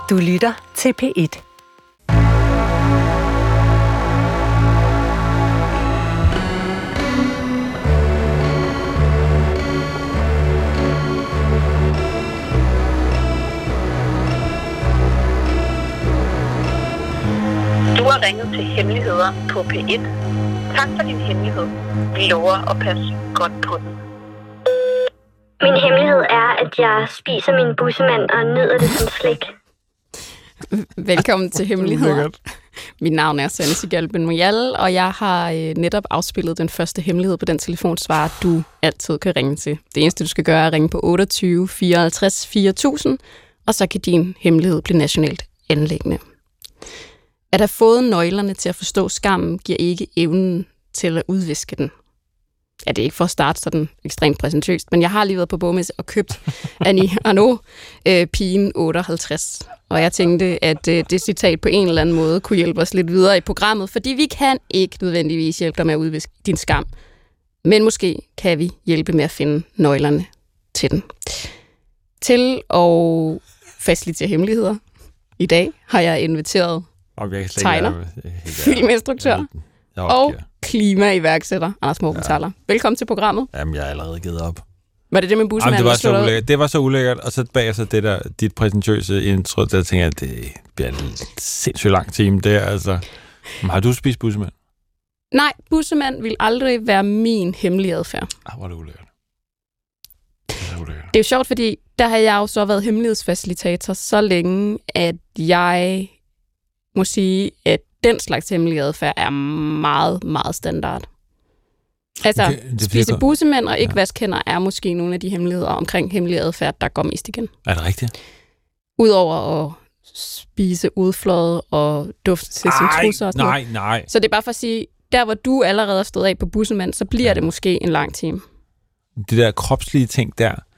Du lytter til P1. Du har ringet til Hemmeligheder på P1. Tak for din hemmelighed. Vi lover at passe godt på den. Min hemmelighed er, at jeg spiser min bussemand og nyder det som slik. Velkommen til Hemmeligheder. Mit navn er Sanne Sigal Ben-Moyal, og jeg har netop afspillet den første hemmelighed på den telefonsvarer, du altid kan ringe til. Det eneste, du skal gøre, er at ringe på 28 54 4000, og så kan din hemmelighed blive nationalt anliggende. At have fået nøglerne til at forstå skammen, giver ikke evnen til at udviske den. Ja, det er ikke for at starte sådan ekstremt præsentøst, men jeg har lige været på bogmesse og købt Annie Ernaux, Pigen 58. Og jeg tænkte, at det citat på en eller anden måde kunne hjælpe os lidt videre i programmet, fordi vi kan ikke nødvendigvis hjælpe dig med at udviske din skam. Men måske kan vi hjælpe med at finde nøglerne til den. Til at facilitere hemmeligheder i dag har jeg inviteret tegner, filminstruktør og klimaiværksætter Anders Morgenthaler. Velkommen til programmet. Jamen, jeg er allerede givet op. Var det det med bussmanden? Det var så ulækkert, og så bagefter det der, dit præsentøse intro, der tænker jeg, at det bliver en sindssygt lang time. Det er altså... Har du spist bussemand? Nej, bussemand vil aldrig være min hemmelige adfærd. Hvor er det ulækkert. Det er jo sjovt, fordi der har jeg jo så været hemmelighedsfacilitator så længe, at jeg må sige, at den slags hemmelig adfærd er meget, meget standard. Altså, okay, spise bussemænd og ikke vaske hænder er måske nogle af de hemmeligheder omkring hemmelig adfærd, der går mest igen. Er det rigtigt? Udover at spise udfløjet og dufte til sin trusser og sådan noget. Nej. Så det er bare for at sige, der hvor du allerede er stået af på bussemand, så bliver det måske en lang time. De der kropslige ting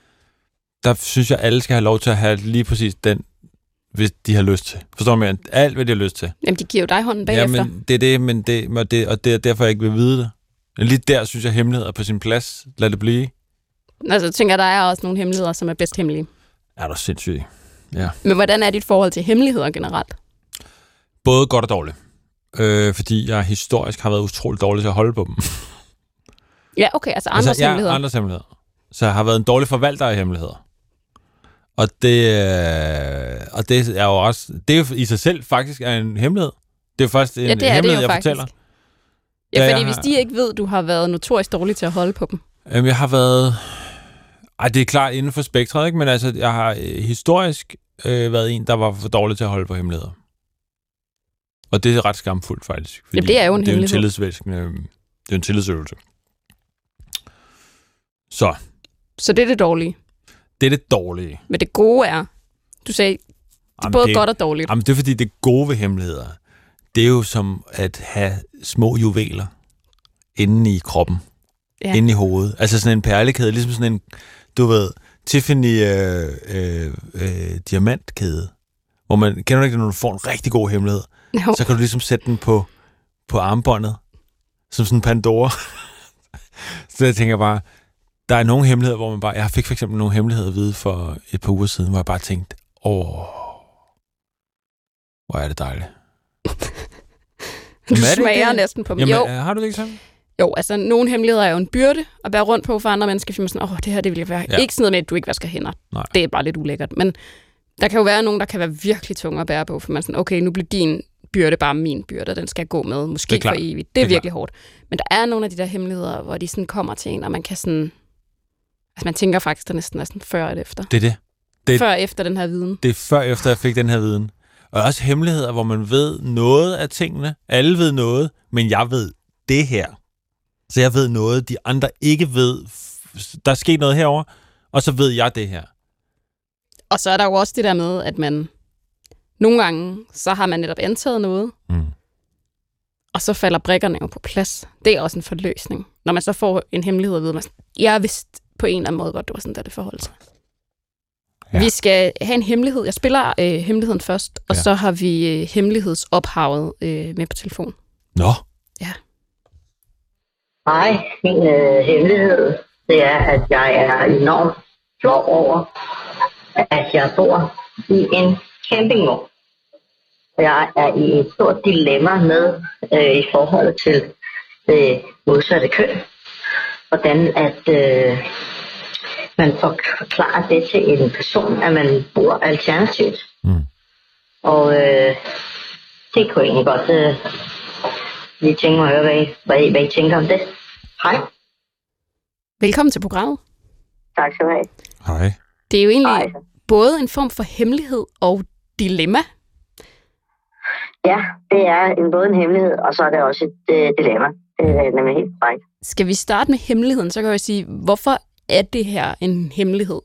der synes jeg, alle skal have lov til at have lige præcis den, hvis de har lyst til. Forstår du mig? Alt, hvad de har lyst til. Jamen, de giver jo dig hånden bagefter. Ja, men det er derfor, jeg ikke vil vide det. Lige der synes jeg, hemmeligheder på sin plads. Lad det blive. Altså, jeg tænker, der er også nogle hemmeligheder, som er bedst hemmelige. Er du sindssygt? Ja. Men hvordan er dit forhold til hemmeligheder generelt? Både godt og dårligt. Fordi jeg historisk har været utroligt dårlig til at holde på dem. Ja, okay. Altså andres hemmeligheder. Ja, andres hemmeligheder. Så jeg har været en dårlig forvalter af hemmeligheder. Og det er jo også... Det er jo i sig selv faktisk er en hemmelighed. Det er faktisk en hemmelighed, jeg fortæller. Ja, fordi hvis de ikke ved, du har været notorisk dårlig til at holde på dem. Jeg har været... det er klart inden for spektret, ikke? Men altså, jeg har historisk været en, der var for dårlig til at holde på hemmeligheder. Og det er ret skamfuldt, faktisk. Jamen, det er jo en hemmelighed. Det er en tillidsøvelse. Så det er det dårlige? Det er det dårlige. Men det gode er... Du sagde, det er både godt og dårligt. Jamen, det er fordi, det gode ved hemmeligheder, det er jo som at have små juveler inde i kroppen. Ja. Inde i hovedet. Altså sådan en perlekæde, ligesom sådan en, du ved, Tiffany diamantkæde. Hvor man, kender du ikke, når du får en rigtig god hemmelighed? No. Så kan du ligesom sætte den på armbåndet. Som sådan en Pandora. Så jeg tænker bare, der er nogle hemmeligheder, hvor man bare... Jeg fik for eksempel nogle hemmeligheder at vide for et par uger siden, hvor jeg bare tænkte, hvor er det dejligt. Du smager næsten på dem. Jamen, har du det ikke sådan? Jo, altså nogle hemmeligheder er jo en byrde at bære rundt på for andre mennesker, fordi man sådan, det her det vil være. Ja. Ikke sådan noget med, at du ikke vasker hænder. Nej. Det er bare lidt ulækkert. Men der kan jo være nogen, der kan være virkelig tunge at bære på, for man sådan, okay, nu bliver din byrde bare min byrde, den skal gå med, måske for evigt. Det er virkelig hårdt. Men der er nogle af de der hemmeligheder, hvor de sådan kommer til en, og man kan sådan... Altså man tænker faktisk, der næsten er sådan før og efter. Det er det. Før efter den her viden. Det er før efter, jeg fik den her viden. Og også hemmeligheder, hvor man ved noget af tingene. Alle ved noget, men jeg ved det her. Så jeg ved noget, de andre ikke ved. Der er sket noget herover, og så ved jeg det her. Og så er der jo også det der med, at man nogle gange, så har man netop antaget noget, og så falder brikkerne jo på plads. Det er også en forløsning. Når man så får en hemmelighed at vide, man jeg vidste på en eller anden måde godt, det var sådan, der det forhold sig. Ja. Vi skal have en hemmelighed. Jeg spiller hemmeligheden først, og så har vi hemmelighedsophavet med på telefon. Nå. Ja. Hej, min hemmelighed, det er, at jeg er enormt flov over, at jeg bor i en campingvogn. Jeg er i et stort dilemma med i forhold til det modsatte køn. Hvordan at man forklarer det til en person, at man bor alternativt. Og det kunne jeg egentlig godt lige tænke mig at høre, hvad I tænker om det. Hej. Velkommen til programmet. Tak skal du have. Hej. Det er jo egentlig både en form for hemmelighed og dilemma. Ja, det er både en hemmelighed, og så er det også et dilemma. Det er nemlig helt korrekt. Skal vi starte med hemmeligheden, så kan jeg sige, hvorfor er det her en hemmelighed?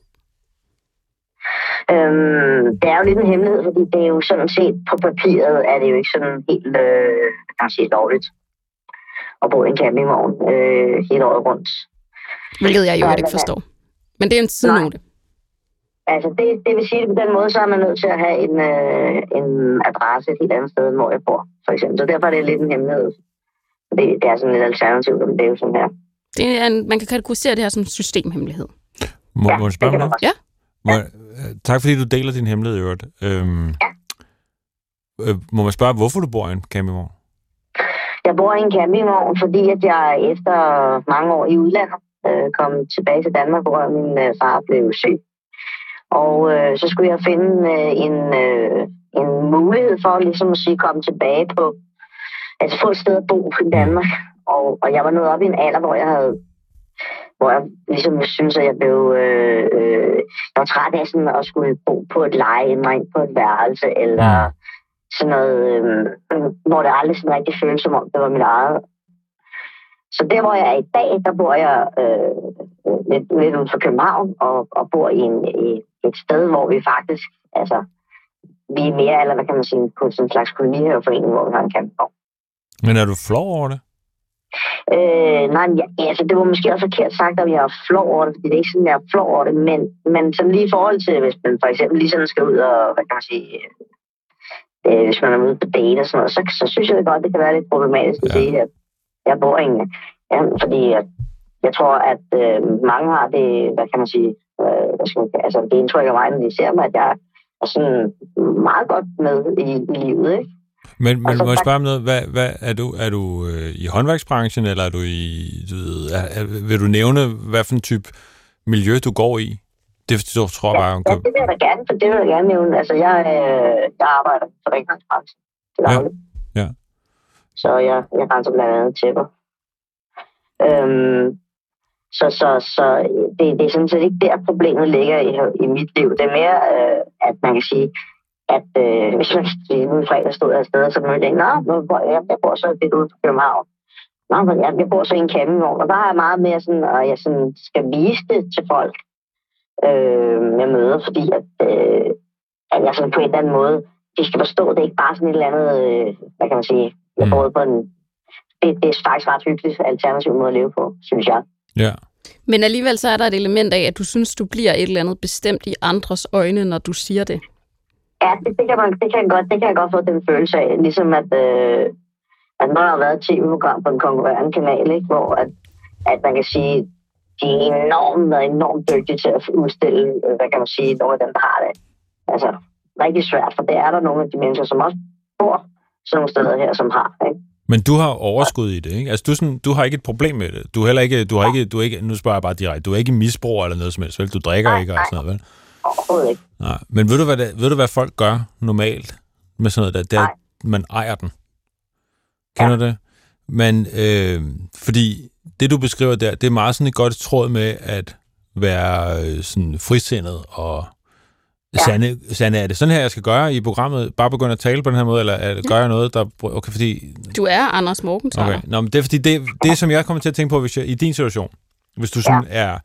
Det er jo lidt en hemmelighed, fordi det er jo sådan set på papiret, er det jo ikke sådan helt lovligt at bo i en campingvogn hele året rundt. Hvilket jeg jo ikke forstår. Men det er en sidenote. Altså, det vil sige, at på den måde, så er man nødt til at have en adresse et helt andet sted, hvor jeg bor, for eksempel. Så derfor er det lidt en hemmelighed. Det er sådan lidt alternativt, men det er jo sådan her. Man kan kategorisere det her som systemhemmelighed. Må jeg spørge om noget? Ja. Tak fordi du deler din hemmelighed i øvrigt. Må man spørge, hvorfor du bor i en campingvogn? Jeg bor i en campingvogn, fordi at jeg efter mange år i udlandet kom tilbage til Danmark, hvor min far blev syg. Og så skulle jeg finde en mulighed for ligesom at sige, komme tilbage på, altså få et sted at bo i Danmark. Og jeg var nået op i en alder, hvor jeg ligesom synes, at jeg blev jeg var træt af sådan at skulle bo på et leje, ind på et værelse, eller sådan noget, hvor det aldrig sådan rigtig føltes, som om det var mit eget. Så der, hvor jeg er i dag, der bor jeg lidt uden for København, og bor i et sted, hvor vi faktisk, altså, vi er mere, eller hvad kan man sige, på sådan en slags kolonihaveforening, hvor vi har en campingvogn. Men er du flov over det? Nej, altså det var måske også forkert sagt, at jeg er flov over det, fordi det er ikke sådan, at jeg er flov over det, men sådan lige i forhold til, hvis man for eksempel lige sådan skal ud og, hvad kan man sige, hvis man er ude på date og sådan noget, så synes jeg det godt, det kan være lidt problematisk at sige, at jeg bor i en, fordi jeg tror, at mange har det, hvad kan man sige, altså det indtryk af mig, når de ser mig, at jeg er sådan meget godt med i livet, ikke? Men altså, må jeg spørge om noget? Hvad er du i håndværksbranchen, eller er du i, vil du nævne, hvad for en type miljø du går i? Det tror jeg bare... Ja, det vil jeg da gerne, for det vil jeg gerne nævne. Altså, jeg arbejder for rengøringsbranchen. Ja. Så jeg renser blandt andet tæpper. Så det er sådan set ikke der, problemet ligger i mit liv. Det er mere, at man kan sige, at hvis man nu i fredag stod afsted, så mødte jeg, jeg bor så lidt ude på København. Jeg bor så i en campingvogn, og der er meget mere sådan, og jeg sådan skal vise det til folk, jeg møder, fordi at jeg sådan på en eller anden måde, de skal forstå, det er ikke bare sådan et eller andet, hvad kan man sige, jeg bor på en, det er faktisk ret hyggeligt alternativ måde at leve på, synes jeg. Ja. Men alligevel så er der et element af, at du synes, du bliver et eller andet bestemt i andres øjne, når du siger det. Ja, det kan jeg godt få den følelse af, ligesom at når der har været et tv-program på en konkurrerende kanal, ikke, hvor at man kan sige, de er enormt dygtige til at udstille, hvad kan man sige, nogle af dem, der har det. Altså, rigtig svært, for det er der nogle af de mennesker, som også bor sådan nogle steder her, som har, ikke? Men du har overskud i det, ikke? Altså, du har ikke et problem med det. Du er ikke, nu spørger jeg bare direkte, du er ikke misbruger eller noget som helst, vel? Du drikker ikke og sådan noget, vel? Overhovedet ikke. Nej, men ved du, hvad folk gør normalt med sådan noget der? Det er, at man ejer den. Kender du det? Men, fordi det, du beskriver der, det er meget sådan et godt tråd med at være sådan frisindet og Sande, er det sådan her, jeg skal gøre i programmet? Bare begynde at tale på den her måde, eller gør jeg noget, der... Okay, fordi... Du er Anders Morgenthaler. Okay, nå, men det er fordi, det som jeg kommer til at tænke på, hvis jeg, i din situation, hvis du sådan er...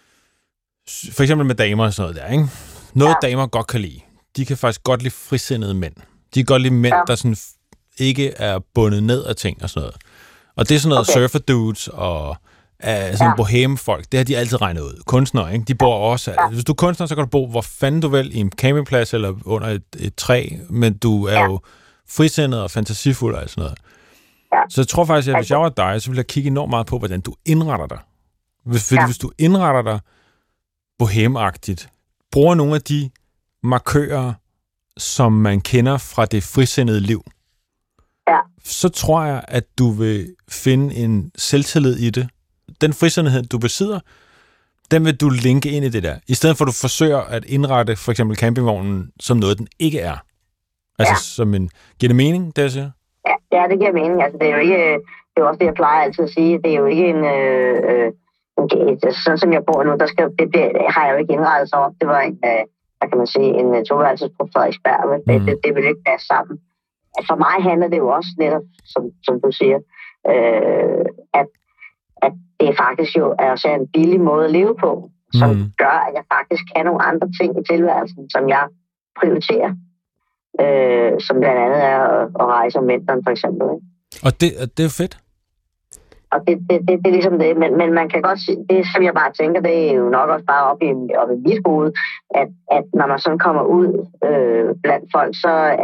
For eksempel med damer og sådan noget der, ikke? Noget damer godt kan lide. De kan faktisk godt lide frisindede mænd. De kan godt lide mænd, der sådan ikke er bundet ned af ting og sådan noget. Og det er sådan noget surfer dudes og sådan boheme-folk. Det har de altid regnet ud. Kunstnere, ikke? De bor også... Hvis du er kunstner, så kan du bo hvor fanden du vil i en campingplads eller under et træ, men du er jo frisindet og fantasifuld og sådan noget. Så jeg tror faktisk, at hvis jeg var dig, så ville jeg kigge enormt meget på, hvordan du indretter dig. Hvis du indretter dig boheme-agtigt, bruger nogle af de markører, som man kender fra det frisindede liv, så tror jeg, at du vil finde en selvtillid i det. Den frisindighed, du besidder, den vil du linke ind i det der. I stedet for, at du forsøger at indrette for eksempel campingvognen som noget, den ikke er. Altså som en... Giver det mening, det jeg siger? Ja, det giver mening. Altså, det er jo ikke... Det er også det, jeg plejer altid at sige. Det er jo ikke en... sådan som jeg bor nu, det har jeg jo ikke indrettet sig om. Det var en... hvad kan man sige, en toværelses på Frederiksberg. Det vil ikke passe sammen. For mig handler det jo også netop, som du siger, at det faktisk jo er også en billig måde at leve på, som gør, at jeg faktisk kan nogle andre ting i tilværelsen, som jeg prioriterer. Som blandt andet er at rejse om vinteren, for eksempel. Og det er fedt. Og det er ligesom det. Men man kan godt sige, det som jeg bare tænker, det er jo nok også bare op i mit hoved, at når man sådan kommer ud blandt folk,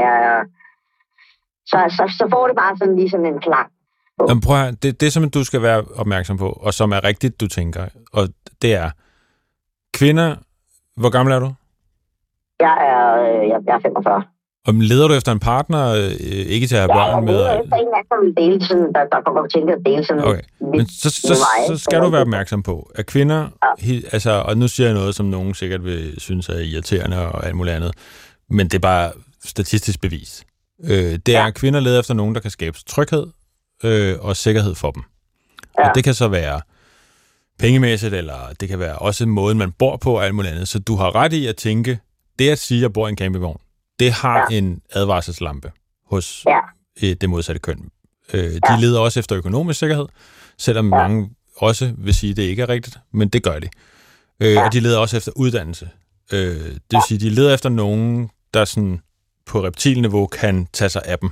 så får det bare sådan lige sådan en klang. Jamen prøv at høre, det som du skal være opmærksom på, og som er rigtigt, du tænker, og det er, kvinder, hvor gammel er du? Jeg er 45. Og leder du efter en partner, ikke til at have børn med? Ja, jeg efter en af dem vil dele sådan, der kommer til at dele sådan. Okay, men så skal du være opmærksom på, at kvinder, altså, og nu siger jeg noget, som nogen sikkert vil synes er irriterende og alt muligt andet, men det er bare statistisk bevis. Det er, at kvinder leder efter nogen, der kan skabe tryghed og sikkerhed for dem. Og det kan så være pengemæssigt, eller det kan være også måden, man bor på og alt muligt andet. Så du har ret i at tænke, det at sige, at jeg bor i en campingvogn, det har en advarselslampe hos det modsatte køn. De leder også efter økonomisk sikkerhed, selvom mange også vil sige, at det ikke er rigtigt, men det gør de. Og de leder også efter uddannelse. Det vil sige, de leder efter nogen, der sådan på reptilniveau kan tage sig af dem.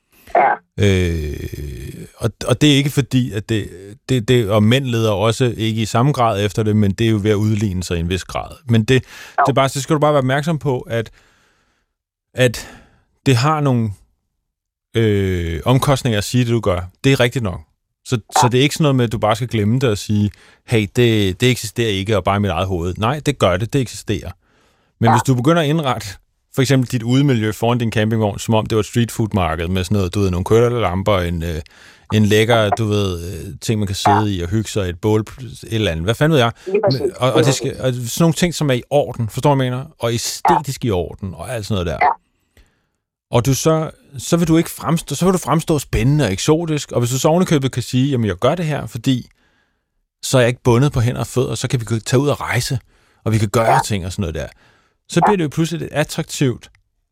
Og det er ikke fordi, at det og mænd leder også ikke i samme grad efter det, men det er jo ved at udligne sig i en vis grad. Men det er bare, så skal du bare være opmærksom på, at det har nogle omkostninger at sige det, du gør. Det er rigtigt nok. Så det er ikke sådan noget med, at du bare skal glemme det og sige, hey, det eksisterer ikke, og bare i mit eget hoved. Nej, det gør det eksisterer. Men hvis du begynder at indrette for eksempel dit udemiljø foran din campingvogn, som om det var et streetfood-marked med sådan noget, du ved, nogle kølerlamper, en lækker, du ved, ting, man kan sidde i og hygge sig, et bål, et eller andet. Hvad fanden ved jeg? Og det skal, og sådan nogle ting, som er i orden, forstår du, hvad jeg mener? Og æstetisk i orden, og alt sådan noget der. Og du så vil du ikke fremstå, så vil du fremstå spændende og eksotisk, og hvis du så ovenikøbet kan sige, jamen jeg gør det her, fordi så er jeg ikke bundet på hænder og fødder, så kan vi tage ud og rejse, og vi kan gøre ting og sådan noget der. Så bliver det jo pludselig et attraktivt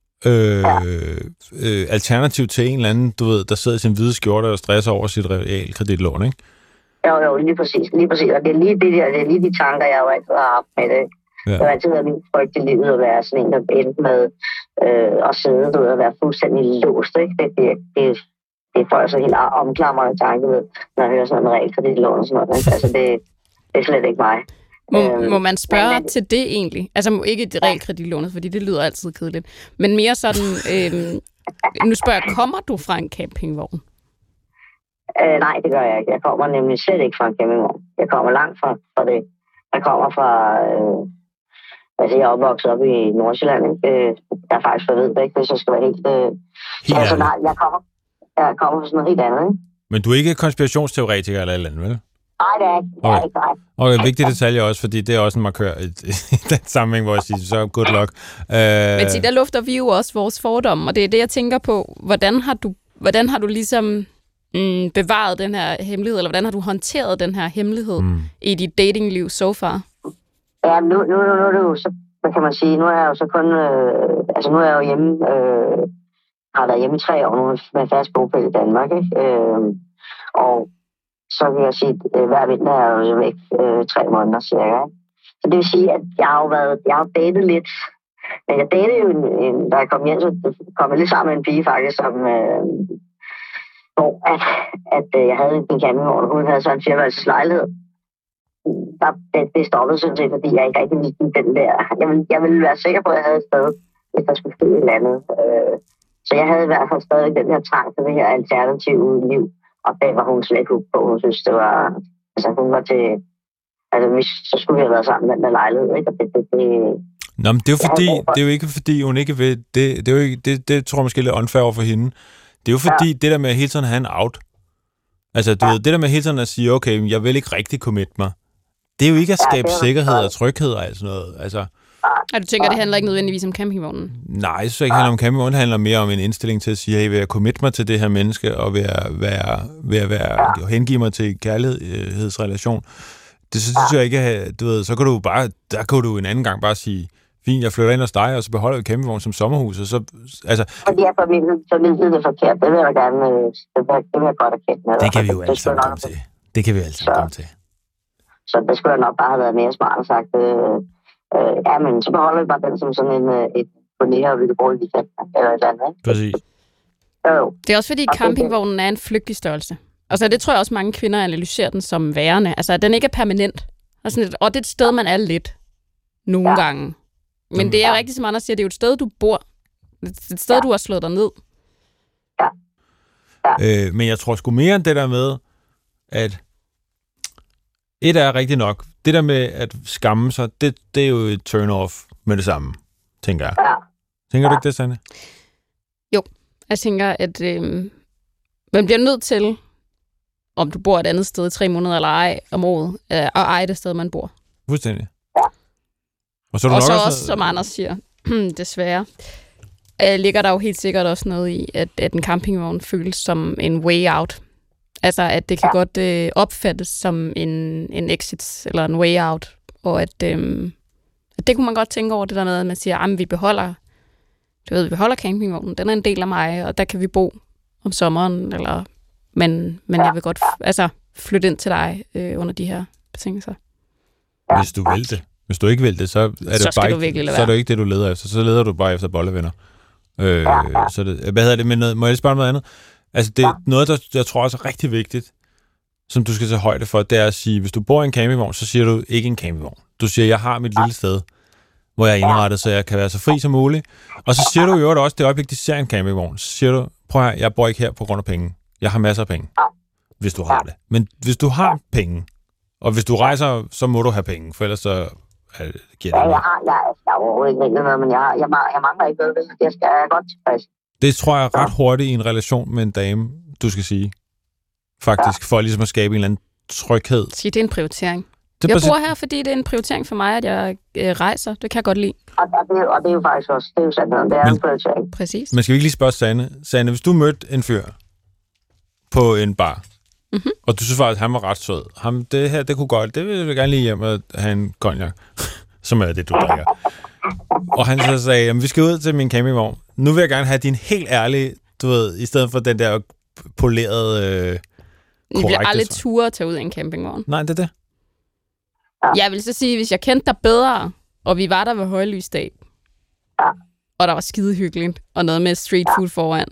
alternativ til en eller anden, du ved, der sidder i sin hvide skjorte og stresser over sit realkreditlån, ikke? Jo, lige præcis. Og det er lige de tanker, jeg jo altid har haft med det. Det har altid været min frygt i livet at være sådan en, der endte med at sidde, du ved, og være fuldstændig låst, ikke? Det får jeg så helt omklamrende tanke ved, når jeg hører sådan en realkreditlån og sådan noget. Altså, det er slet ikke mig. Må man spørge til det egentlig? Altså ikke det realkreditlånet, fordi det lyder altid kedeligt. Men mere sådan, nu spørger jeg, kommer du fra en campingvogn? Nej, det gør jeg ikke. Jeg kommer nemlig slet ikke fra en campingvogn. Jeg kommer langt fra det. Jeg kommer fra... altså, jeg er opvokset op i Nordsjælland, ikke? Jeg er faktisk fra Vedbæk, hvis jeg skal være helt... altså, nej, jeg kommer fra sådan noget helt andet, ikke? Men du er ikke konspirationsteoretiker eller et eller andet, vel? Nej, det er ikke. Og en vigtig detalje også, fordi det er også en markør i den sammenhæng, hvor jeg siger, så good luck. Men sig, der lufter vi jo også vores fordomme, og det er det, jeg tænker på. Hvordan har du ligesom bevaret den her hemmelighed, eller hvordan har du håndteret den her hemmelighed i dit datingliv so far? Ja, nu er det jo så, hvad kan man sige, nu er jeg jo så kun, altså nu er jeg jo hjemme, har været hjemme i 3 år nu med fast bopæl i Danmark, ikke? Og så vil jeg sige, at hver vinter er jeg jo væk 3 måneder cirka. Så det vil sige, at jeg har datet lidt. Men jeg datede jo, da jeg kom hjem, så kom jeg lidt sammen med en pige faktisk, som, hvor at jeg havde en campingvogn, og hun havde så en 4-værelses lejlighed. Det stoppede sådan set, fordi jeg ikke rigtig ville give den der. Jeg ville være sikker på, at jeg havde et sted, hvis der skulle ske et eller andet. Så jeg havde i hvert fald stadig den her trang til det her alternative liv. Og det var hun slet ikke på. Hun synes, det var... Altså, hun var til... Altså, så skulle vi have været sammen med den der lejlighed, ikke? Og det Nå, men det er jo ikke fordi, hun ikke vil... Det er jo ikke, det tror jeg måske er lidt unfair over for hende. Det er jo fordi, det der med hele tiden at have en out. Altså, du ved, det der med hele tiden at sige, okay, jeg vil ikke rigtig commit mig. Det er jo ikke at skabe sikkerhed og tryghed og alt sådan noget. Altså... Og du tænker, det handler ikke nødvendigvis om campingvognen? Nej, jeg synes ikke, det handler om campingvognen. Det handler mere om en indstilling til at sige, hey, vil jeg commit mig til det her menneske, og vil jeg hengive mig til kærlighedsrelation. Det synes jeg ikke, du ved, så kan du bare, der kan du en anden gang bare sige, fint, jeg flytter ind hos dig, og så beholder vi campingvognen som sommerhus, og så, altså... Fordi jeg formidlede det forkert, det vil jeg gerne, det vil jeg godt erkende. Det kan vi jo alle sammen komme til. Det kan vi alle sammen komme til. Så det skulle jeg nok bare have været mere smart og sagt, ja, men så beholder vi bare den som sådan et turnéer, og vi kan bruge i weekend, eller et eller andet, ikke? Præcis. Det er også fordi, campingvognen er en flygtig størrelse. Altså, det tror jeg også, mange kvinder analyserer den som værende. Altså, at den ikke er permanent. Og det er et sted, man er lidt. Nogle gange. Men det er rigtigt, som andre siger, det er jo et sted, du bor. Et sted, du har slået dig ned. Men jeg tror sgu mere end det der med, at et er rigtigt nok. Det der med at skamme sig, det er jo et turn-off med det samme, tænker jeg. Tænker du ikke det, Sanne? Jo, jeg tænker, at man bliver nødt til, om du bor et andet sted i 3 måneder eller ej om året, at eje det sted, man bor. Fuldstændig. Og så også, som Anders siger, desværre, ligger der jo helt sikkert også noget i, at en campingvogn føles som en way out. Altså, at det kan godt opfattes som en exit eller en way out, og at det kunne man godt tænke over, det der med, at man siger, at vi beholder campingvognen, den er en del af mig, og der kan vi bo om sommeren, eller men jeg vil godt flytte ind til dig under de her betingelser. Hvis du vil det. Hvis du ikke vil det, så er det bare ikke, så er det ikke det, du leder efter. Så leder du bare efter bollevenner. Så det, hvad hedder det med noget? Må jeg spørge noget andet? Altså, det er noget, der jeg tror også er rigtig vigtigt, som du skal tage højde for, det er at sige, hvis du bor i en campingvogn, så siger du ikke en campingvogn. Du siger, jeg har mit lille sted, hvor jeg er indrettet, så jeg kan være så fri som muligt. Og så siger du jo også, det øjeblik, de ser en campingvogn, så siger du, prøv her, jeg bor ikke her på grund af penge. Jeg har masser af penge, hvis du har det. Men hvis du har penge, og hvis du rejser, så må du have penge, for ellers så giver det noget. Jeg har overhovedet ikke noget, men jeg mangler ikke noget. Jeg skal godt tilfreds. Det tror jeg er ret hurtigt i en relation med en dame, du skal sige. Faktisk, for ligesom at skabe en eller anden tryghed. Sige, det er en prioritering. Jeg bor her, fordi det er en prioritering for mig, at jeg rejser. Det kan jeg godt lide. Og det er jo faktisk også, det er jo sådan, det er en prioritering. Præcis. Men skal vi ikke lige spørge Sanne? Sanne, hvis du mødte en fyr på en bar, og du synes faktisk, at han var ret sød. Det her, det kunne godt, det vil jeg gerne lige hjem og have en cognac, som er det, du drikker. Og han så sagde, jamen, vi skal ud til min campingvogn. Nu vil jeg gerne have din helt ærlige, du ved, i stedet for den der polerede I bliver aldrig ture at tage ud af en campingvogn. Nej, det er det. Jeg vil så sige, hvis jeg kendte dig bedre, og vi var der ved højlysdag, og der var skide hyggeligt, og noget med street food foran,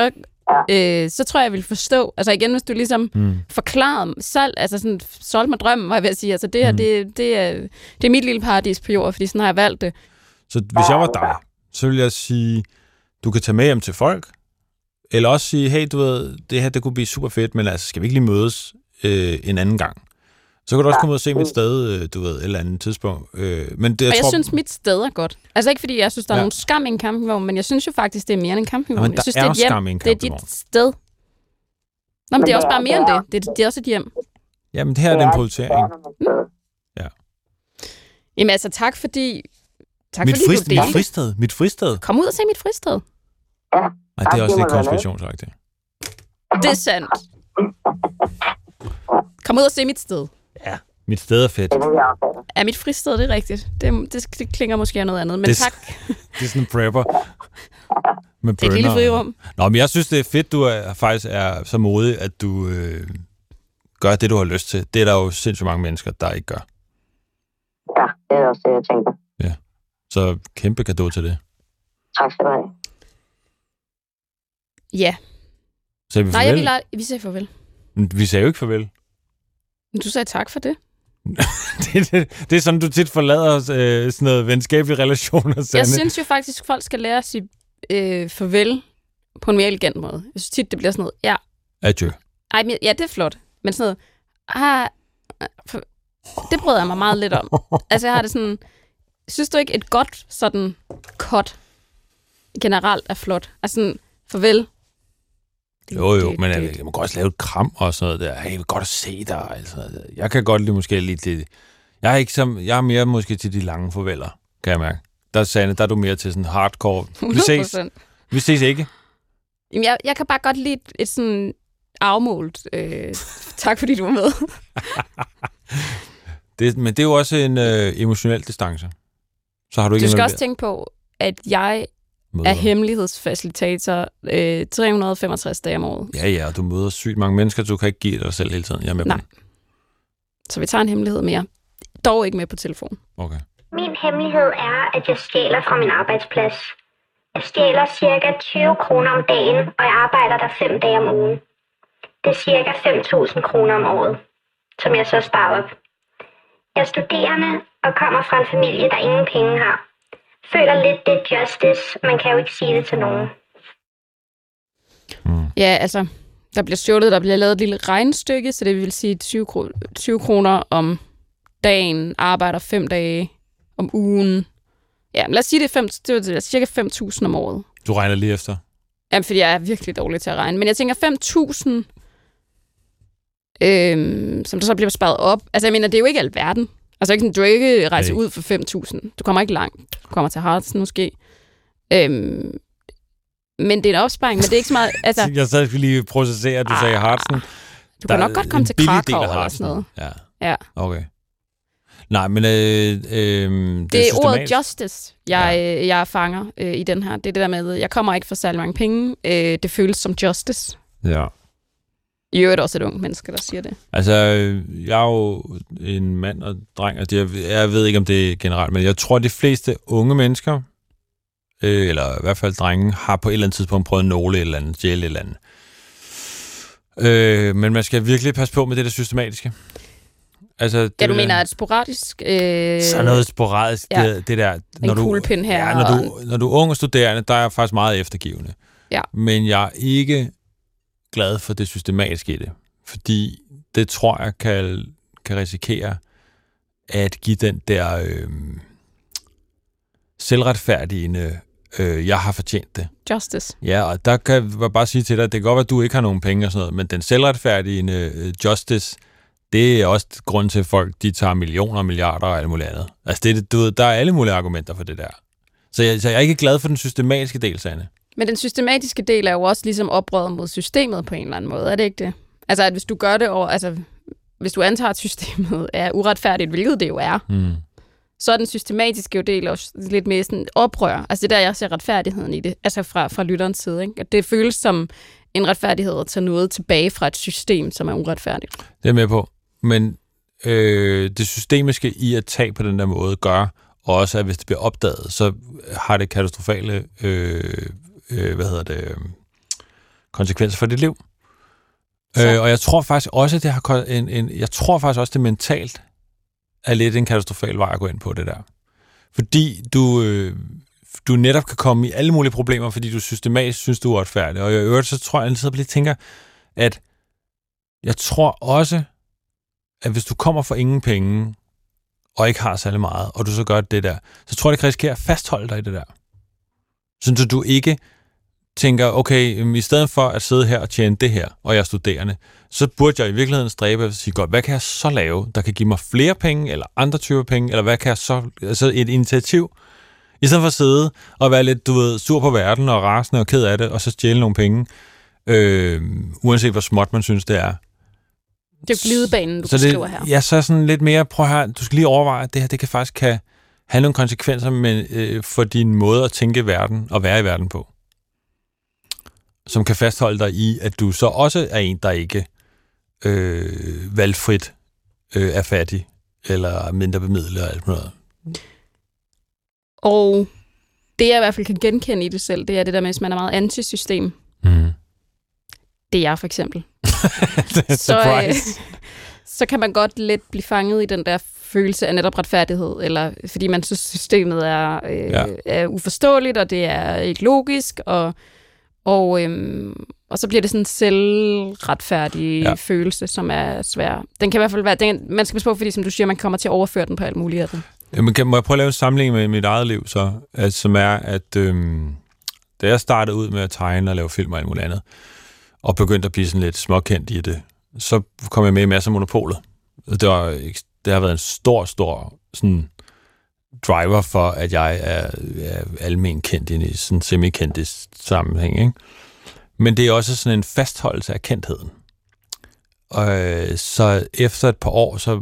så tror jeg vil forstå, altså igen, hvis du ligesom forklarede selv, altså sådan solgte mig drømmen, var jeg ved at sige, altså det her, det er mit lille paradis på jord, fordi sådan har jeg valgt det. Så hvis jeg var dig, så ville jeg sige, du kan tage med hjem til folk, eller også sige, hey, du ved, det her, det kunne blive super fedt, men altså, skal vi ikke lige mødes en anden gang? Så kan du også komme ud og se mit sted, du ved, et eller andet tidspunkt. Men det, jeg synes, mit sted er godt. Altså ikke fordi, jeg synes, der er nogen skam i en campingvogn, men jeg synes jo faktisk, det er mere end en campingvogn. Jeg synes, det er et hjem. Det er dit sted. Nå, men det er også bare mere end det. Det er også et hjem. Jamen, det her er den prioritering. Ja. Jamen altså, tak fordi du delte. Mit fristed. Kom ud og se mit fristed. Ja. Nej, det er også lidt konspirationsagtigt. Det er sandt. Kom ud og se mit sted. Ja, mit sted er fedt. Ja, mit fristed, det er rigtigt. Det klinger måske af noget andet, men tak. Det er sådan en prepper. Med det er et lille frirum. Nå, men jeg synes, det er fedt, du faktisk er så modig, at du gør det, du har lyst til. Det er der jo sindssygt mange mennesker, der ikke gør. Ja, det er også det, jeg tænker. Ja, så kæmpe cadeau til det. Tak skal du have. Ja. Sagde vi farvel? Nej, vi sagde farvel. Vi sagde jo ikke farvel. Men du sagde tak for det. det er sådan, du tit forlader sådan noget venskabelige relationer, Sanne. Jeg synes jo faktisk, at folk skal lære at sige farvel på en mere elegant måde. Jeg synes tit, det bliver sådan noget, ja. Adieu. Ej, ja, det er flot. Men sådan noget, det bryder jeg mig meget lidt om. Altså, jeg har det sådan, synes du ikke, et godt sådan cut generelt er flot? Altså sådan, farvel. Jo, men jeg må godt også lave et kram og sådan noget der. Hey, jeg vil godt se dig. Altså, jeg kan godt lide måske lidt. Jeg er mere måske til de lange farveler, kan jeg mærke. Der er du mere til sådan hardcore. 100%. Vi ses ikke. Jamen, jeg kan bare godt lide et sådan afmålt. Tak fordi du var med. Men det er jo også en emotionel distance. Så har du ikke skal også tænke på, at jeg er hemmelighedsfacilitator 365 dage om året. Ja, og du møder sygt mange mennesker, du kan ikke give dig selv hele tiden. Jeg er med på. Så vi tager en hemmelighed mere. Dog ikke med på telefon. Okay. Min hemmelighed er, at jeg stjæler fra min arbejdsplads. Jeg stjæler cirka 20 kroner om dagen, og jeg arbejder der 5 dage om ugen. Det er cirka 5.000 kroner om året, som jeg så sparer op. Jeg er studerende og kommer fra en familie, der ingen penge har. Føler lidt, det er justice. Man kan jo ikke sige det til nogen. Ja, altså, der bliver lavet et lille regnestykke, så det vil sige 20 kroner om dagen, arbejder 5 dage om ugen. Ja, lad os sige, det er cirka 5.000 om året. Du regner lige efter? Jamen, fordi jeg er virkelig dårlig til at regne. Men jeg tænker 5.000, som der så bliver sparet op. Altså, jeg mener, det er jo ikke alverden. Altså, ikke sådan, du ikke rejser ud for 5.000. Du kommer ikke langt. Du kommer til Harzen måske. Men det er en opsparing, men det er ikke så meget... Altså, jeg sad lige processere, at du sagde Harzen. Du kan nok godt komme til Krakow eller sådan noget. Ja. Okay. Nej, men det er ordet justice, jeg fanger i den her. Det er det der med, jeg kommer ikke for særlig mange penge. Det føles som justice. Ja. I øvrigt også et ungt menneske, der siger det. Altså, jeg er jo en mand og dreng, og jeg ved ikke, om det er generelt, men jeg tror, de fleste unge mennesker, eller i hvert fald drenge, har på et eller andet tidspunkt prøvet nåle et eller andet, stjæle et eller andet. Men man skal virkelig passe på med det der systematiske. Altså, det du mener, at sporadisk... så noget sporadisk, det der... Når en kuglepind her. Ja, når du er ung og studerende, der er jeg faktisk meget eftergivende. Ja. Men jeg er ikke glad for det systematiske i det. Fordi det tror jeg kan risikere at give den der selvretfærdigende, jeg har fortjent det. Justice. Ja, og der kan jeg bare sige til dig, at det kan godt være, at du ikke har nogen penge og sådan noget, men den selvretfærdigende justice, det er også grund til, at folk de tager millioner og milliarder og alt muligt andet. Altså, der er alle mulige argumenter for det der. Så jeg er ikke glad for den systematiske del, Sanne. Men den systematiske del er jo også ligesom oprøret mod systemet på en eller anden måde, er det ikke det? Altså, at hvis du gør det over, altså, hvis du antager, at systemet er uretfærdigt, hvilket det jo er, så er den systematiske del også lidt mere sådan oprør. Altså, det der, jeg ser retfærdigheden i det, altså fra lytterens side, ikke? At det føles som en retfærdighed at tage noget tilbage fra et system, som er uretfærdigt. Det er med på. Men det systemiske i at tage på den der måde gør også, at hvis det bliver opdaget, så har det katastrofale konsekvenser for dit liv. Og jeg tror faktisk også, at det har jeg tror faktisk også, det mentalt er lidt en katastrofal vej at gå ind på det der. Fordi du netop kan komme i alle mulige problemer, fordi du systematisk synes, du er uretfærdig. Og i øvrigt, så tror jeg altid, at jeg tænker, at jeg tror også, at hvis du kommer for ingen penge, og ikke har særlig meget, og du så gør det der, så tror jeg, det kan risikere at fastholde dig i det der. Så du ikke tænker, okay, i stedet for at sidde her og tjene det her, og jeg er studerende, så burde jeg i virkeligheden stræbe efter at sige, godt, hvad kan jeg så lave, der kan give mig flere penge, eller andre typer penge, eller hvad kan jeg så, altså et initiativ, i stedet for at sidde og være lidt, sur på verden, og rasende og ked af det, og så stjæle nogle penge, uanset hvor småt man synes, det er. Det er jo glidebanen, du beskriver her. Ja, så sådan lidt mere, prøv her, du skal lige overveje, at det her, det kan faktisk have nogle konsekvenser for din måde at tænke verden, og være i verden på. Som kan fastholde dig i, at du så også er en, der ikke valgfrit er fattig, eller mindre bemidlet og alt noget. Og det, jeg i hvert fald kan genkende i det selv, det er det der med, at man er meget antisystem. Det er jeg for eksempel. Så kan man godt let blive fanget i den der følelse af netop retfærdighed, eller fordi man synes, systemet er uforståeligt, og det er ikke logisk, og så bliver det sådan en selvretfærdig følelse, som er svær. Den kan i hvert fald være, man skal passe på, fordi som du siger, man kommer til at overføre den på alt muligt. Men må jeg prøve at lave en sammenligning med mit eget liv, så, som er, at da jeg startede ud med at tegne og lave film og alt muligt andet, og begyndte at blive sådan lidt småkendt i det, så kom jeg med i masser af Monopolet. Det har været en stor sådan driver for, at jeg er almen kendt i sådan semi-kendt sammenhæng, ikke? Men det er også sådan en fastholdelse af kendtheden. Og så efter et par år, så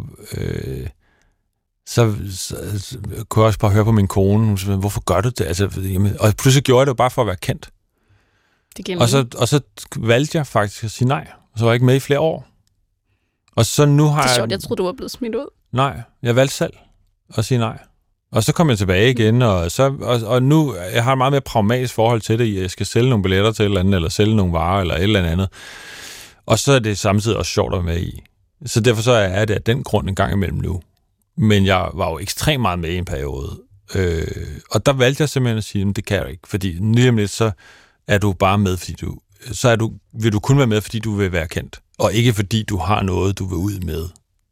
kunne jeg også bare høre på min kone, hun sagde, hvorfor gør du det? Altså, og pludselig gjorde jeg det jo bare for at være kendt. Og så valgte jeg faktisk at sige nej. Og så var jeg ikke med i flere år. Og så nu har det er sjovt, jeg troede, du var blevet smidt ud. Nej, jeg valgte selv at sige nej. Og så kom jeg tilbage igen, og nu jeg har et meget mere pragmatisk forhold til det. Jeg skal sælge nogle billetter til et eller andet, eller sælge nogle varer, eller et eller andet. Og så er det samtidig også sjovt at være med i. Så derfor så er det af den grund en gang imellem nu. Men jeg var jo ekstremt meget med i en periode. Og der valgte jeg simpelthen at sige, at det kan jeg ikke. Fordi lige om lidt, så er du bare med, fordi vil du kun være med, fordi du vil være kendt. Og ikke fordi du har noget, du vil ud med.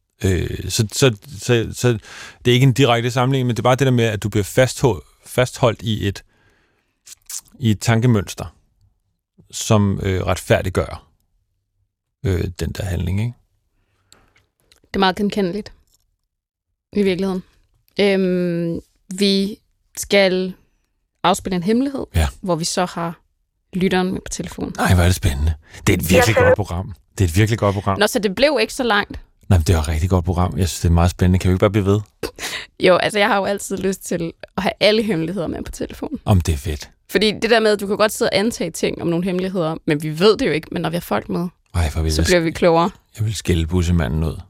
Så det er ikke en direkte sammenligning, men det er bare det der med, at du bliver fastholdt i et tankemønster, som retfærdiggør den der handling, ikke? Det er meget genkendeligt. I virkeligheden. Vi skal afspille en hemmelighed, hvor vi så har lytteren med på telefonen. Nej, hvor er det spændende. Det er et virkelig godt program. Det er et virkelig godt program. Nå, så det blev ikke så langt. Nej, men det var et rigtig godt program. Jeg synes, det er meget spændende. Kan vi ikke bare blive ved? Jo, altså jeg har jo altid lyst til at have alle hemmeligheder med på telefonen. Det er fedt. Fordi det der med, at du kan godt sidde og antage ting om nogle hemmeligheder, men vi ved det jo ikke. Men når vi har folk med, så bliver vi klogere. Jeg vil skælde bussemanden ud.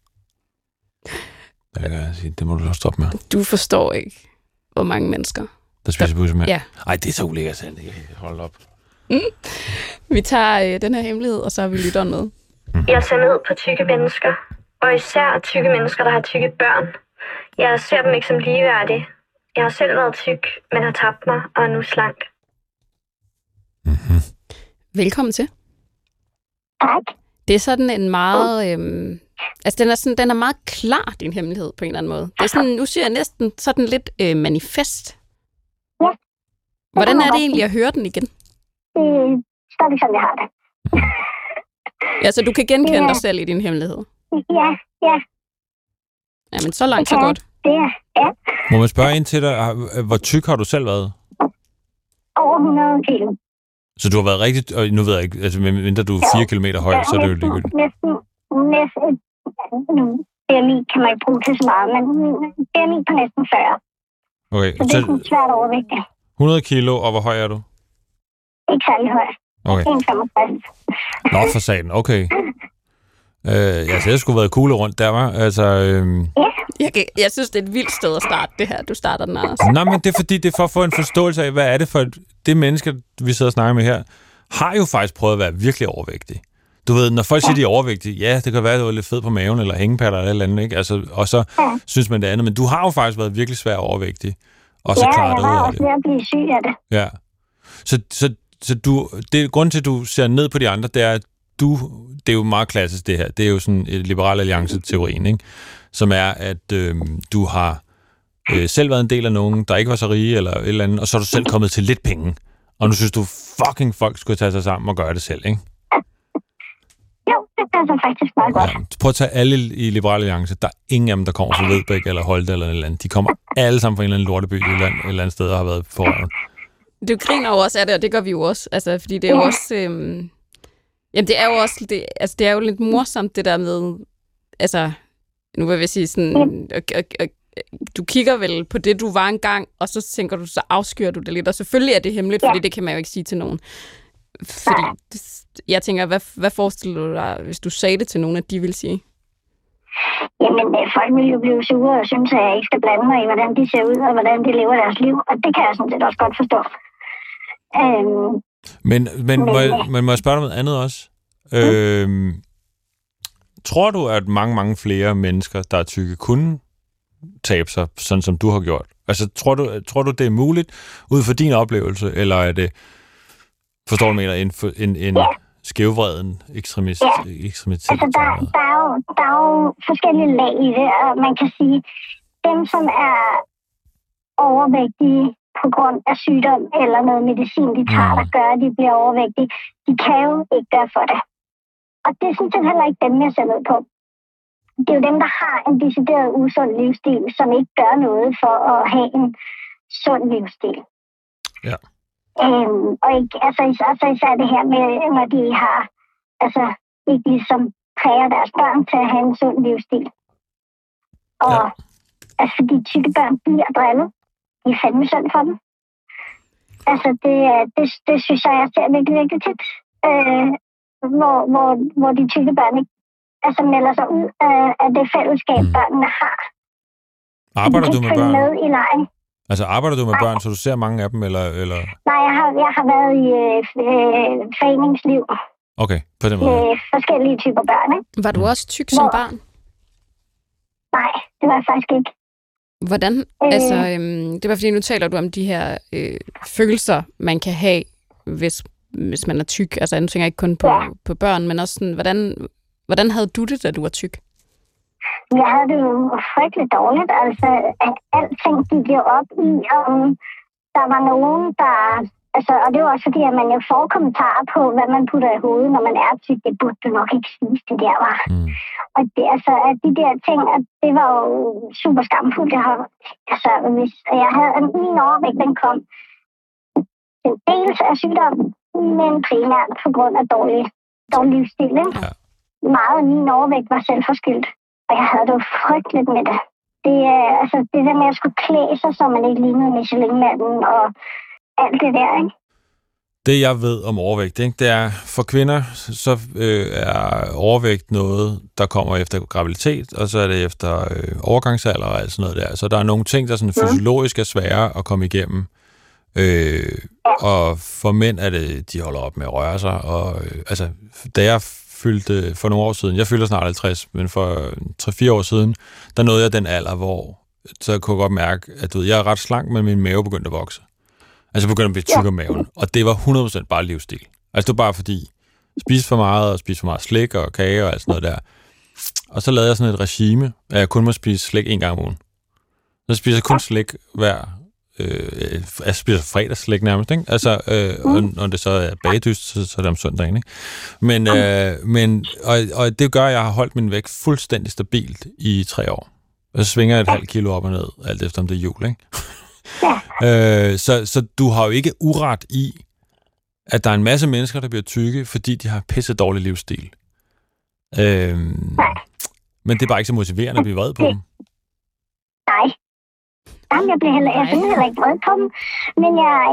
Det må du også stoppe med. Du forstår ikke, hvor mange mennesker der spiser bussemand. Ja. Ej, det er så ulækkert selv. Hold op. Vi tager den her hemmelighed, og så har vi lytteren med. Jeg ser ned på tykke mennesker, og især tykke mennesker, der har tykke børn. Jeg ser dem ikke som ligeværdige. Jeg har selv været tyk, men har tabt mig og er nu slank. Mm-hmm. Velkommen til. Tak. Det er sådan en meget... den er meget klar, din hemmelighed, på en eller anden måde. Det er sådan, nu siger jeg næsten sådan lidt manifest. Ja. Hvordan er det egentlig at høre den igen? Stadig som jeg har det. Ja, så du kan genkende dig selv i din hemmelighed? Ja. Jamen, så langt, så godt. Ja. Må man spørge ind til dig, hvor tyk har du selv været? Over 100 kilo. Så du har været rigtigt, og nu ved jeg ikke, altså mindre du er 4 kilometer høj, så er det jo ligegyldigt. Næsten. BMI kan man ikke bruge til så meget, men BMI på næsten 40. Okay. Så det er svært overvægtigt. 100 kilo, og hvor høj er du? Ikke særlig høj. Okay. 1,65. Nå, for satan. Okay. Jeg skulle været kugle rundt der, var. Altså, Jeg synes, det er et vildt sted at starte det her. Du starter den, Anders. Nej, men det er fordi, det er for at få en forståelse af, hvad er det for det menneske, vi sidder og snakker med her, har jo faktisk prøvet at være virkelig overvægtig. Du ved, når folk siger, de er overvægtige, ja, det kan være, at du er lidt fed på maven, eller hængepatter eller et eller andet, ikke? Altså, og så synes man det andet. Men du har jo faktisk været virkelig svær overvægtig. Og så klarer du ud af det. Ja, jeg var også ved at blive syg af det. Ja. Så grunden til, at du ser ned på de andre, det er, at det er jo meget klassisk det her. Det er jo sådan et Liberal Alliance-teorien, ikke? Som er, at du har selv været en del af nogen, der ikke var så rige, eller et eller andet, og så er du selv kommet til lidt penge. Og nu synes du, folk skulle tage sig sammen og gøre det selv, ikke? Jo, det passer faktisk meget godt. Ja, prøv at tage alle i Liberal Alliance. Der er ingen af dem, der kommer fra Vedbæk eller Holte eller et eller andet. De kommer alle sammen fra en eller anden lorteby et eller andet sted og har været forrøvet. Du griner jo også af det, og det gør vi jo også. Altså, fordi det er jo også... jamen, det er jo også... Det er jo lidt morsomt, det der med... Altså, nu vil jeg sige sådan... Du kigger vel på det, du var engang, og så tænker du, så afskyer du det lidt. Og selvfølgelig er det hemmeligt, fordi det kan man jo ikke sige til nogen. Fordi jeg tænker, hvad forestiller du dig, hvis du sagde det til nogen, at de vil sige? Jamen, folk vil jo blive sure og synes, at jeg ikke skal blande mig i, hvordan de ser ud, og hvordan de lever deres liv. Og det kan jeg sådan set også godt forstå. Men må jeg spørge dig noget andet også? Tror du, at mange flere mennesker, der er tykke, kunne tabe sig, sådan som du har gjort? Altså, tror du, det er muligt, ud fra din oplevelse, eller er det, forstår du, mener, en skævvreden ekstremitet? Altså, der er jo forskellige lag i det, og man kan sige, dem, som er overvægtige på grund af sygdom eller noget medicin, de tager, der gør, at de bliver overvægtige, de kan jo ikke gøre for det. Og det er sådan set heller ikke dem, jeg ser ned på. Det er jo dem, der har en decideret usund livsstil, som ikke gør noget for at have en sund livsstil. Ja. Og ikke, altså især det her med, når de har, altså ikke ligesom præger deres børn til at have en sund livsstil. Og altså, de tykke børn bliver drillet. De er fandme synd for dem. Altså, det synes jeg ser virkelig, virkelig tit. Hvor de tykke børn ikke altså, melder sig ud af det fællesskab, børnene har. Arbejder du med børn? Med i lejen. Altså, arbejder du med børn, så du ser mange af dem, eller? Nej, jeg har været i foreningsliv. Okay, på den måde. Med forskellige typer børn, ikke? Var du også tyk som barn? Nej, det var jeg faktisk ikke. Hvordan? Altså, det var fordi, nu taler du om de her følelser, man kan have, hvis man er tyk. Altså, jeg tænker ikke kun på børn, men også sådan, hvordan havde du det, da du var tyk? Jeg havde det jo frygteligt dårligt. Altså, at alting gik jo op i, om der var nogen, der... Altså, og det var også fordi, at man jo får kommentarer på, hvad man putter i hovedet, når man er tyk. Det burde du nok ikke spise, det der var. Og det, altså, at de der ting, at det var jo super skamfuldt. Hvis jeg havde min overvægt, den kom en dels af sygdom, men primært på grund af dårlig livsstil. Ja. Meget af min overvægt var selvforskyldt, og jeg havde det jo frygteligt med det. Det der med at skulle klæde sig, så man ikke lignede Michelin-manden og alt det der, ikke? Det, jeg ved om overvægt, ikke, det er, for kvinder, så er overvægt noget, der kommer efter graviditet, og så er det efter overgangsalder og alt sådan noget der. Så der er nogle ting, der sådan fysiologisk er svære at komme igennem. Og for mænd er det, de holder op med at røre sig. Og, altså, da jeg fyldte for nogle år siden, jeg fylder snart 50, men for 3-4 år siden, der nåede jeg den alder, hvor så kunne jeg godt mærke, at jeg er ret slank, men min mave begyndte at vokse. Altså begyndte at blive tyk om maven. Og det var 100% bare livsstil. Altså det var bare fordi, spise for meget slik og kage og alt sådan noget der. Og så lavede jeg sådan et regime, at jeg kun må spise slik 1 gang om ugen. Så spiser jeg kun slik jeg spiser fredagsslik nærmest, ikke? Altså, når det så er bagdyst, så er det om søndagen, ikke? Men det gør, at jeg har holdt min vægt fuldstændig stabilt i 3 år. Og så svinger jeg 0,5 kilo op og ned, alt efter om det er jul, ikke? Så du har jo ikke uret i, at der er en masse mennesker, der bliver tykke, fordi de har pisse dårlig livsstil. Men det er bare ikke så motiverende at blive vred på dem. Nej. Jamen, jeg bliver heller ikke vred på dem. Men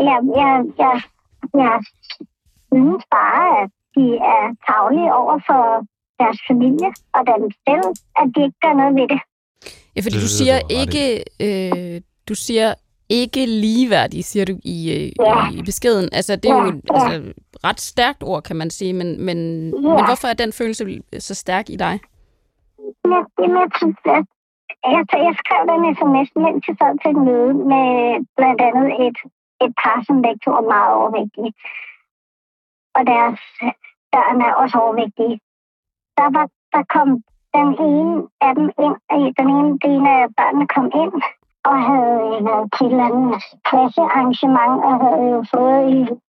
jeg synes bare, at de er tarvelige over for deres familie og dem selv, at de ikke gør noget ved det. Ja, fordi du siger ikke ligeværdig, siger du i beskeden. Altså, det er jo et ret stærkt ord, kan man sige, men hvorfor er den følelse så stærk i dig? Jeg skrev den sms, mens jeg sad til et møde med blandt andet et par, som begge to er meget overvægtige. Og deres børn er også overvægtige. Der kom den ene af dem ind, den ene af børnene kom ind, og havde været til et eller andet klassearrangement, og havde jo fået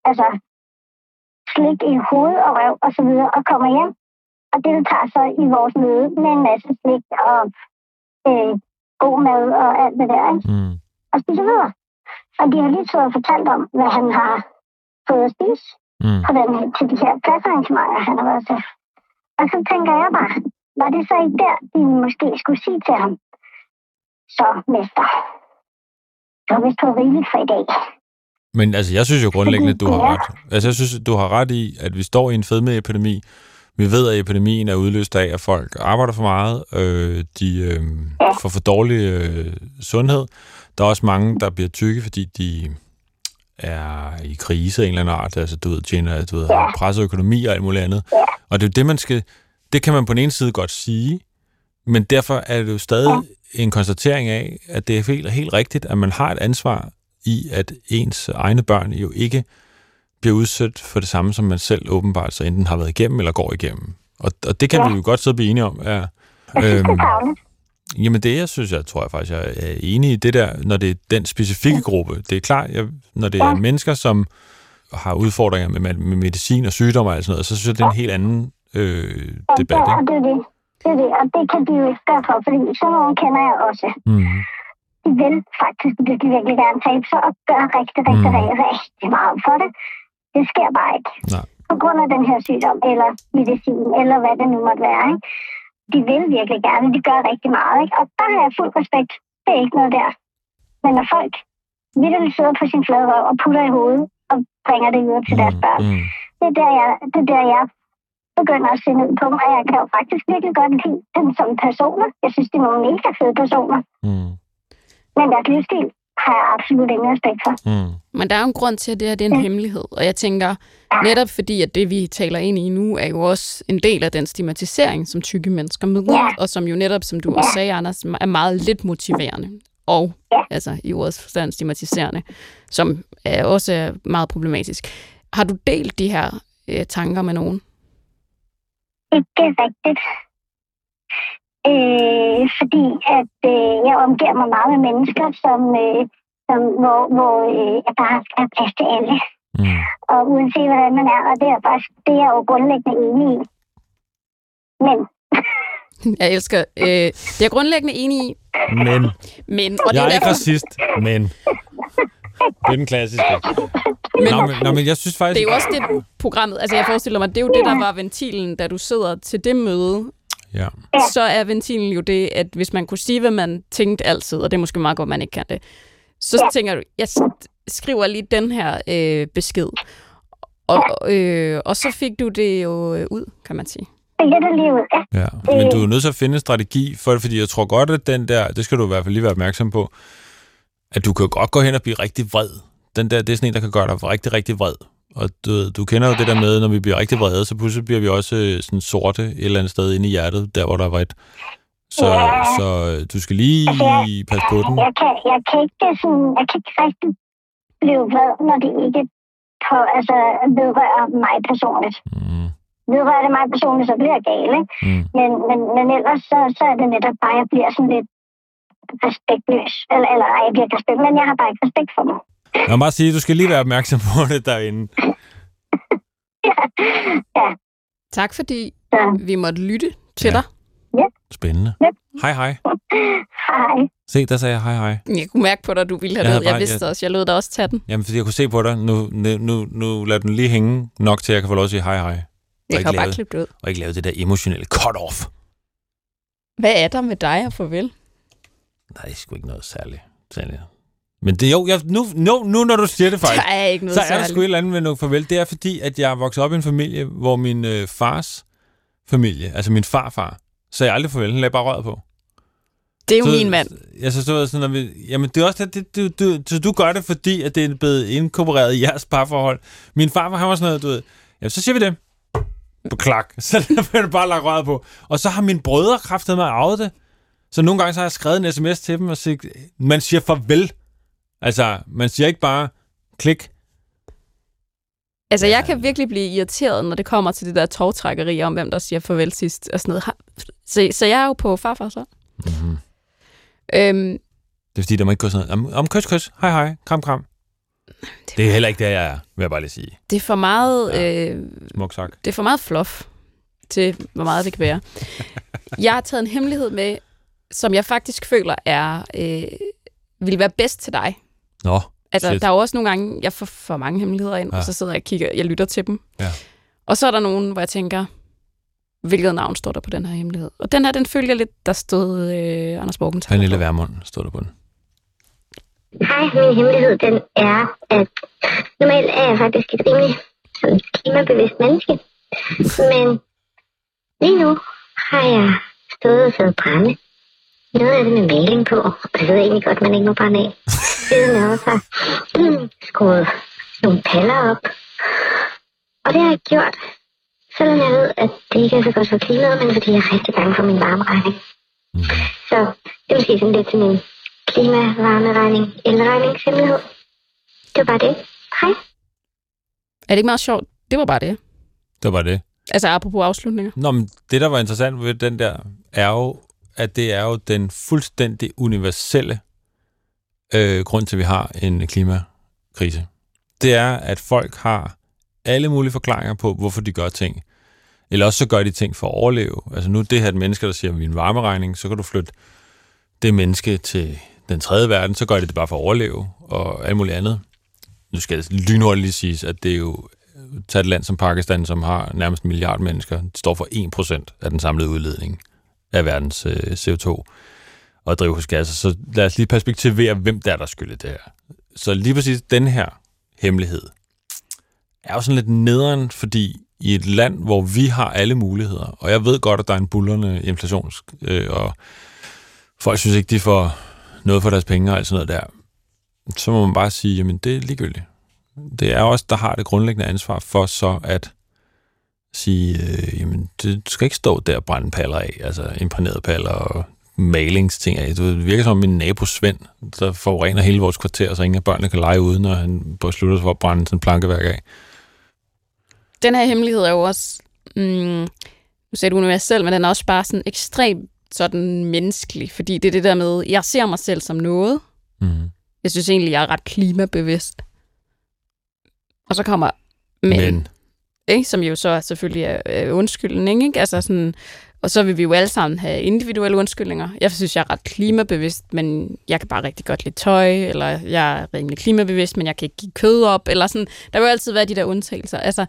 slik i hoved og røv og så videre, og kommer hjem og deltager så i vores møde med en masse slik og god mad og alt det der, ikke? Og spiser videre. Og de har lige så fortalt om, hvad han har fået at spise på til de her klassearrangementer, han har været til. Og så tænker jeg bare, var det så ikke der, de måske skulle sige til ham? Så, mester, du har vist fået rigeligt for i dag. Men altså, jeg synes jo grundlæggende, at du har ret. Altså, jeg synes, du har ret i, at vi står i en fedmeepidemi. Vi ved, at epidemien er udløst af, at folk arbejder for meget. De får for dårlig sundhed. Der er også mange, der bliver tykke, fordi de er i krise af en eller anden art. Altså, har presset økonomi og alt muligt andet. Og det er det, man skal... Det kan man på den ene side godt sige, men derfor er det jo stadig en konstatering af, at det er helt rigtigt, at man har et ansvar i, at ens egne børn jo ikke bliver udsat for det samme, som man selv åbenbart så enten har været igennem eller går igennem. Og det kan vi jo godt så blive enige om. Jamen det, jeg tror jeg faktisk, jeg er enig i det der, når det er den specifikke gruppe. Det er klart, når det er mennesker, som har udfordringer med medicin og sygdom og alt sådan noget, så synes jeg, det er en helt anden debat. Ja, det er det. Det er det, og det kan de jo ikke gøre for, fordi sådan nogle kender jeg også. Mm. De vil faktisk virkelig gerne tabe sig og gøre rigtig meget for det. Det sker bare ikke. Nej. På grund af den her sygdom, eller medicin, eller hvad det nu måtte være. Ikke? De vil virkelig gerne, de gør rigtig meget. Ikke? Og der har jeg fuld respekt. Det er ikke noget der. Men når folk vitterligt sidder på sin flade røv og putter i hovedet og bringer det videre til deres børn, det er der, jeg begynder at se ned på dem, og jeg kan jo faktisk virkelig godt lide dem som personer. Jeg synes, de er nogle mega fede personer. Men deres livsstil har jeg absolut ingen respekt for. Men der er jo en grund til, at det her det er en hemmelighed. Og jeg tænker, netop fordi, at det, vi taler ind i nu, er jo også en del af den stigmatisering, som tykke mennesker møder, og som jo netop, som du også sagde, Anders, er meget lidt motiverende. Og altså i ordets forstand stigmatiserende, som også er meget problematisk. Har du delt de her tanker med nogen? Ikke rigtigt. Fordi at jeg omgiver mig meget med mennesker, hvor jeg bare har plads til alle. Og uanset hvordan man er, og det er jeg jo grundlæggende enig i. Jeg elsker, det er jeg grundlæggende enig i. Men og jeg er ikke racist, men det er den klassiske. Men jeg synes faktisk... Det er jo også det programmet, altså jeg forestiller mig, det er jo det, der var ventilen, da du sidder til det møde. Ja. Så er ventilen jo det, at hvis man kunne sige, hvad man tænkte altid, og det er måske meget godt, man ikke kan det, så tænker du, jeg skriver lige den her besked. Og så fik du det jo ud, kan man sige. Ja, men du er nødt til at finde en strategi for det, fordi jeg tror godt, at den der, det skal du i hvert fald lige være opmærksom på, at du kan godt gå hen og blive rigtig vred. Den der, det er sådan en, der kan gøre dig rigtig, rigtig vred. Og du kender jo det der med, når vi bliver rigtig vrede, så pludselig bliver vi også sådan sorte et eller andet sted inde i hjertet, der hvor der er vredt. Så du skal lige passe på den. Jeg kan ikke rigtig blive vred, når det ikke vedrører mig personligt. Vedrører det mig personligt, så bliver jeg gal, ikke? Men ellers så er det netop bare, jeg bliver sådan lidt respektløs. Eller jeg bliver ikke respekt, men jeg har bare ikke respekt for mig. Jeg må bare sige, at du skal lige være opmærksom på det derinde. Ja. Tak fordi vi måtte lytte til dig. Ja. Spændende. Ja. Hej. Hej. Se, der sagde jeg hej. Jeg kunne mærke på dig, du ville have det. Jeg vidste også. Jeg lod dig også tage den. Jamen, fordi jeg kunne se på dig. Nu lad den lige hænge nok til, at jeg kan få lov at sige hej. Jeg kan bare klippe det ud. Og ikke lave det der emotionelle cut-off. Hvad er der med dig og farvel? Nej, det er sgu ikke noget særligt. Men det nu når du siger det faktisk, der er ikke noget så er der sgu et eller andet med noget farvel. Det er fordi, at jeg er vokset op i en familie, hvor min fars familie, altså min farfar, sagde aldrig farvel. Han lagde bare røret på. Det er jo min mand. Jeg så stod sådan, jamen det er også det, du gør det, fordi at det er blevet inkorporeret i jeres parforhold. Min farfar, han var sådan noget, du ved, jamen så siger vi det. På klak. Så der blev bare lagt røret på. Og så har mine brødre kraftet mig arvet det. Så nogle gange så har jeg skrevet en sms til dem og sagt, man siger farvel. Altså, man siger ikke bare klik. Altså, jeg kan virkelig blive irriteret, når det kommer til det der tovtrækkeri om, hvem der siger farvel sidst og sådan noget. Så jeg er jo på farfars hold. Mm-hmm. Det er fordi, der må ikke gå sådan noget. Om kys, hej, kram. Det er heller ikke der, jeg er, vil jeg bare lige sige. Det er for meget... Smuk sagt. Det er for meget fluff til, hvor meget det kan være. Jeg har taget en hemmelighed med, som jeg faktisk føler vil være bedst til dig. Nå, altså, shit. Der er jo også nogle gange, jeg får for mange hemmeligheder ind, og så sidder jeg og jeg lytter til dem. Ja. Og så er der nogen, hvor jeg tænker, hvilket navn står der på den her hemmelighed? Og den her, den følger jeg lidt, der stod Anders Borgen. Pernille Vermund stod der på den. Hej, min hemmelighed, den er, at normalt er jeg faktisk et rimelig klimabevidst menneske. Men lige nu har jeg stået og fået brænde. Noget af det med maling på, og jeg ved egentlig godt, man ikke må brænde af. Siden jeg også har skruet nogle paller op. Og det har jeg gjort, selvom jeg ved, at det ikke er så godt for klimaet, men fordi jeg er rigtig bange for min varmeregning. Så det er måske sådan lidt til min klima-varmeregning, elregningshemmelighed. Det var bare det. Hej. Er det ikke meget sjovt? Det var bare det. Det var bare det. Altså apropos afslutninger. Nå, men det, der var interessant ved den der, er jo, at det er jo den fuldstændig universelle grund til, at vi har en klimakrise. Det er, at folk har alle mulige forklaringer på, hvorfor de gør ting. Eller også så gør de ting for at overleve. Altså nu det her et menneske, der siger, at vi er en varmeregning, så kan du flytte det menneske til den tredje verden, så gør de det bare for at overleve, og alt muligt andet. Nu skal det lynhurtigt lige siges, at det er jo taget et land som Pakistan, som har nærmest 1 milliard mennesker, det står for 1% af den samlede udledning af verdens CO2 og drivhusgasser. Så lad os lige perspektivere, hvem der skylder det her. Så lige præcis den her hemmelighed er jo sådan lidt nederen, fordi i et land, hvor vi har alle muligheder, og jeg ved godt, at der er en buldrende inflation, og folk synes ikke, de får noget for deres penge og alt sådan noget der, så må man bare sige, jamen det er ligegyldigt. Det er også der har det grundlæggende ansvar for så at sige, jamen det skal ikke stå der og brænde paller af, altså imprægnerede paller og malingsting af. Det virker som min nabo Svend, der forurener hele vores kvarter, så ingen af børnene kan lege ude, når han beslutter sig for at brænde sådan en plankeværk af. Den her hemmelighed er jo også, nu sagde du universel, men den er også bare sådan ekstremt sådan menneskelig, fordi det er det der med, jeg ser mig selv som noget. Jeg synes egentlig, jeg er ret klimabevidst. Og så kommer men. Ikke? Som jo så selvfølgelig er undskyldning, ikke? Altså sådan, og så vil vi jo alle sammen have individuelle undskyldninger. Jeg synes, jeg er ret klimabevidst, men jeg kan bare rigtig godt lide tøj, eller jeg er rimelig klimabevidst, men jeg kan ikke give kød op, eller sådan. Der vil jo altid være de der undtagelser. Altså,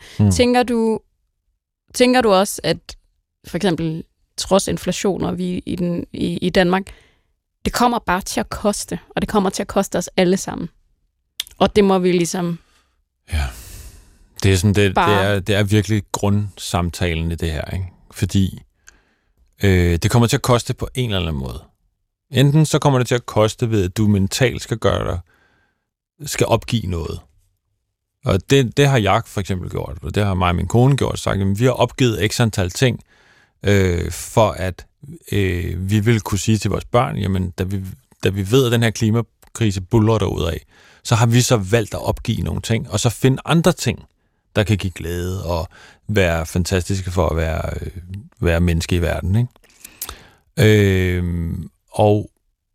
tænker du også, at for eksempel trods inflationer vi i Danmark, det kommer bare til at koste, og det kommer til at koste os alle sammen. Og det må vi ligesom... Ja, det er sådan, det er virkelig grundsamtalen i det her, ikke? Fordi det kommer til at koste på en eller anden måde. Enten så kommer det til at koste ved, at du mentalt skal opgive noget. Og det har jeg for eksempel gjort, og det har mig og min kone gjort, sagt, at vi har opgivet x antal ting, for at vi vil kunne sige til vores børn, jamen, da vi ved, at den her klimakrise buldrer derudad, så har vi så valgt at opgive nogle ting, og så finde andre ting, der kan give glæde og være fantastiske for at være menneske i verden, ikke? Og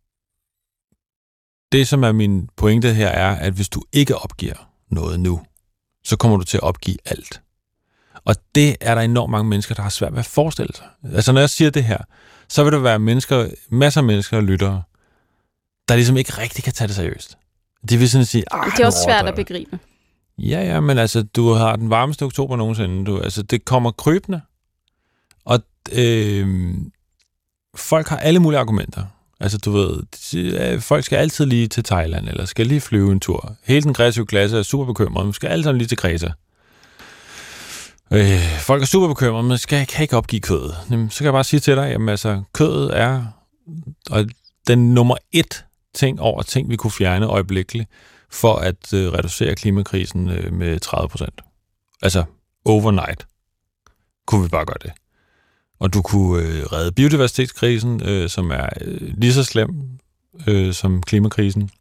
det, som er min pointe her, er, at hvis du ikke opgiver noget nu, så kommer du til at opgive alt. Og det er der enormt mange mennesker, der har svært ved at forestille sig. Altså, når jeg siger det her, så vil der være masser af mennesker og lyttere, der ligesom ikke rigtig kan tage det seriøst. De vil sådan sige, det er også svært at begribe. Ja, men altså, du har den varmeste oktober nogensinde. Altså, det kommer krybende. Og folk har alle mulige argumenter. Altså, du ved, folk skal altid lige til Thailand, eller skal lige flyve en tur. Hele den kreative klasse er super bekymret. Man skal alle sammen lige til Kreta. Folk er super bekymrede, men kan ikke opgive kødet. Jamen, så kan jeg bare sige til dig, jamen altså, kødet er den nummer 1 ting over ting, vi kunne fjerne øjeblikkeligt, for at reducere klimakrisen med 30%. Altså, overnight kunne vi bare gøre det. Og du kunne redde biodiversitetskrisen, som er lige så slem som klimakrisen.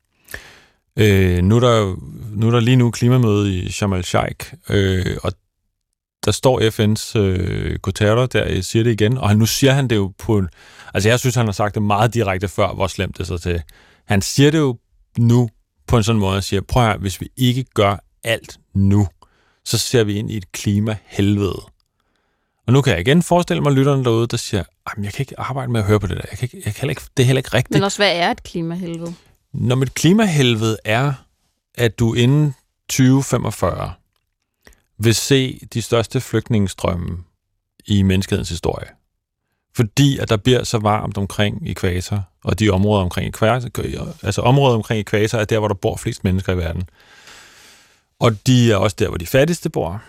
Nu er der lige nu klimamøde i Sharm el-Sheikh, og der står FN's Guterres der, siger det igen, og nu siger han det jo på... Altså, jeg synes, han har sagt det meget direkte før, hvor slemt det så til. Han siger det jo nu på en sådan måde, og siger, prøv at høre, hvis vi ikke gør alt nu, så ser vi ind i et klimahelvede. Og nu kan jeg igen forestille mig lytterne derude, der siger, jeg kan ikke arbejde med at høre på det der. Jeg kan ikke, det er heller ikke rigtigt. Men også, hvad er et klimahelvede? Når et klimahelvede er, at du inden 2045 vil se de største flygtningestrømme i menneskehedens historie. Fordi at der bliver så varmt omkring ekvator, og de områder omkring ekvator, altså områder omkring ekvator er der, hvor der bor flest mennesker i verden. Og de er også der, hvor de fattigste bor.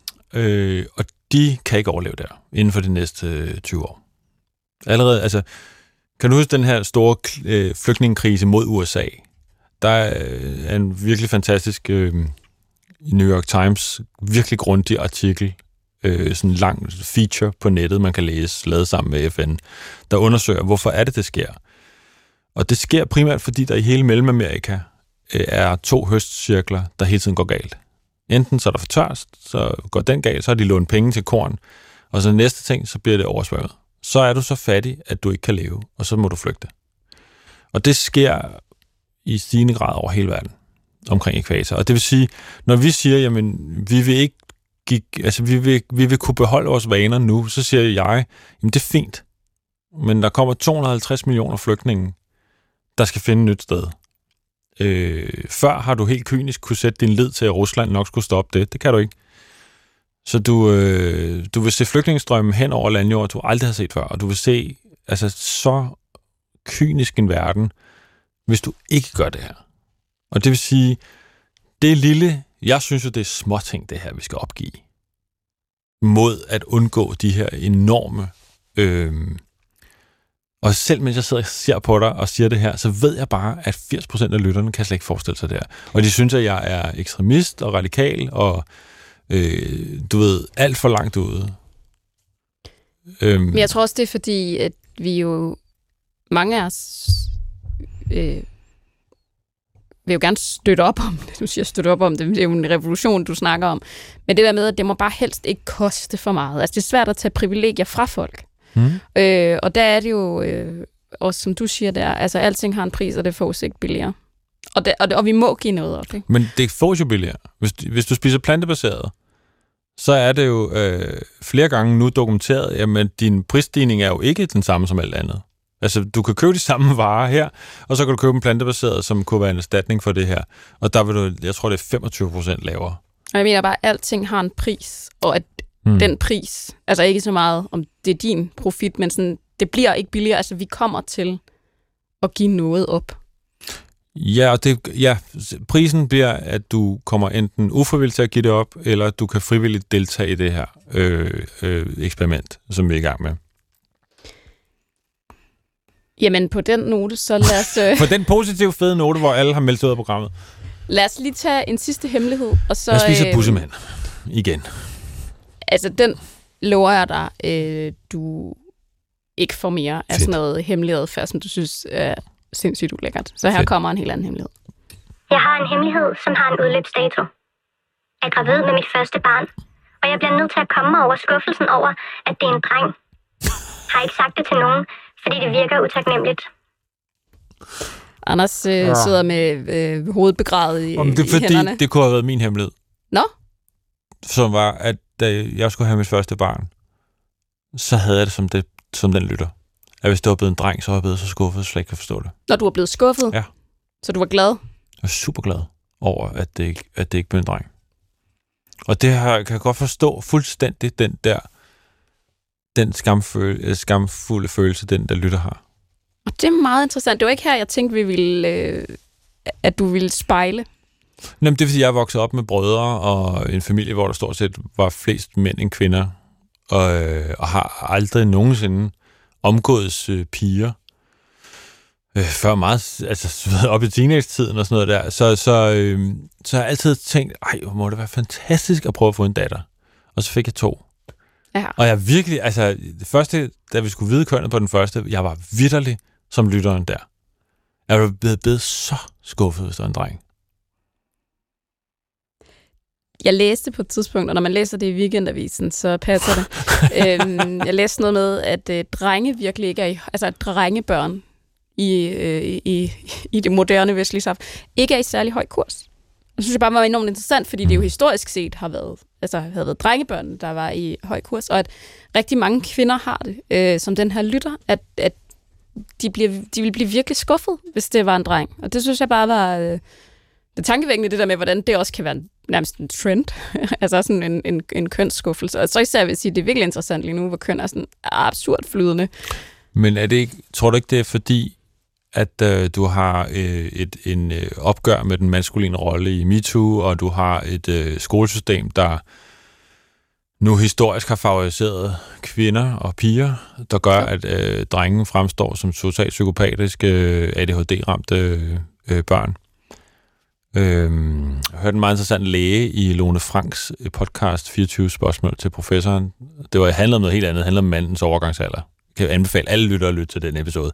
Og de kan ikke overleve der inden for de næste 20 år. Allerede, altså, kan du huske den her store flygtningekrise mod USA? Der er en virkelig fantastisk New York Times virkelig grundig artikel, sådan en lang feature på nettet, man kan læse, lavet sammen med FN, der undersøger, hvorfor er det sker. Og det sker primært, fordi der i hele Mellemamerika er 2 høstcirkler, der hele tiden går galt. Enten så er der for tørst, så går den galt, så har de lånt penge til korn, og så næste ting, så bliver det oversvømmet. så er du så fattig, at du ikke kan leve, og så må du flygte. Og det sker i stigende grad over hele verden omkring ekvator. Og det vil sige, når vi siger, jamen, vi vil ikke vi vil kunne beholde vores vaner nu, så siger jeg, jamen det er fint, men der kommer 250 millioner flygtninge, der skal finde et nyt sted. Før har du helt kynisk kunne sætte din lid til, at Rusland nok skulle stoppe det. Det kan du ikke. Så du vil se flygtningestrømmen hen over landjord, du aldrig har set før, og du vil se altså så kynisk en verden, hvis du ikke gør det her. Og det vil sige, det lille, jeg synes jo, det er småting, det her, vi skal opgive, mod at undgå de her enorme... Og selv mens jeg sidder og ser på dig og siger det her, så ved jeg bare, at 80% af lytterne kan slet ikke forestille sig det her. Og de synes, at jeg er ekstremist og radikal, og du ved, alt for langt ude. Men jeg tror også, det er fordi, at vi jo, mange af os, vil jo gerne støtte op om det. Du siger støtte op om det, det er jo en revolution, du snakker om. Men det der med, at det må bare helst ikke koste for meget. Altså, det er svært at tage privilegier fra folk. Og der er det jo, også som du siger der, altså alting har en pris, og det fås ikke billigere. Og vi må give noget op, ikke? Men det fås jo billigere. Hvis du spiser plantebaseret, så er det jo flere gange nu dokumenteret, jamen din prisstigning er jo ikke den samme som alt andet. Altså, du kan købe de samme varer her, og så kan du købe en plantebaseret, som kunne være en erstatning for det her. Og der vil du, jeg tror, det er 25% lavere. Og jeg mener bare, at alting har en pris, og at den pris, altså ikke så meget om det er din profit, men sådan, det bliver ikke billigere. Altså, vi kommer til at give noget op. Ja, prisen bliver, at du kommer enten ufrivilligt til at give det op, eller du kan frivilligt deltage i det her eksperiment, som vi er i gang med. Jamen, på den note, så lad os... På den positive, fede note, hvor alle har meldt sig ud af programmet. Lad os lige tage en sidste hemmelighed, og så... Jeg spiser bussemand. Igen. Altså, den lover jeg dig, du ikke får mere af sådan noget hemmelig adfærd, som du synes er sindssygt ulækkert. Så her kommer en helt anden hemmelighed. Jeg har en hemmelighed, som har en udløbsdato. Jeg er gravid med mit første barn, og jeg bliver nødt til at komme mig over skuffelsen over, at det er en dreng. Jeg har ikke sagt det til nogen, fordi det virker utaknemmeligt. Anders sidder med hovedet begravet i hænderne. Det kunne have været min hemmelighed. Nå? Som var, at da jeg skulle have mit første barn, så havde jeg det som den lytter. At hvis det var blevet en dreng, så var jeg blevet så skuffet, så slet ikke kan forstå det. Når du var blevet skuffet? Ja. Så du var glad? Jeg var super glad over, at det ikke blev en dreng. Og det kan jeg godt forstå fuldstændig den skamfulde følelse, den der lytter har. Og det er meget interessant. Det var ikke her, jeg tænkte, at du ville spejle. Jamen, det er, fordi jeg er vokset op med brødre og en familie, hvor der stort set var flest mænd end kvinder, og har aldrig nogensinde omgås piger. Før meget, altså op i teenage-tiden og sådan noget der, så har jeg altid tænkt, hvor må det være fantastisk at prøve at få en datter. Og så fik jeg 2. Ja. Og jeg virkelig, altså det første, da vi skulle vide kønnet på den første, jeg var vitterlig som lytteren der. Jeg var blevet så skuffet, hvis der var en dreng. Jeg læste på et tidspunkt, og når man læser det i Weekendavisen, så passer det. Jeg læste noget med, at drenge virkelig ikke er at drengebørn i det moderne vestlige samfund, ikke er i særlig høj kurs. Det synes jeg bare var enormt interessant, fordi det jo historisk set havde været drengebørn, der var i høj kurs, og at rigtig mange kvinder har det, som den her lytter, at de ville blive virkelig skuffet, hvis det var en dreng. Og det synes jeg bare var det tankevækkende, det der med, hvordan det også kan være nærmest en trend. Altså sådan en kønsskuffelse. Og så især vil jeg sige, det er virkelig interessant lige nu, hvor køn er sådan absurd flydende. Men er det ikke, tror du ikke, det er fordi, at du har en opgør med den maskuline rolle i MeToo, og du har et skolesystem, der nu historisk har favoriseret kvinder og piger, der gør, at drengen fremstår som totalt psykopatiske, ADHD-ramte børn. Jeg hørte en meget interessant læge i Lone Franks podcast 24 spørgsmål til professoren. Det handlede om noget helt andet. Det handlede om mandens overgangsalder. Jeg kan anbefale alle lyttere at lytte til den episode.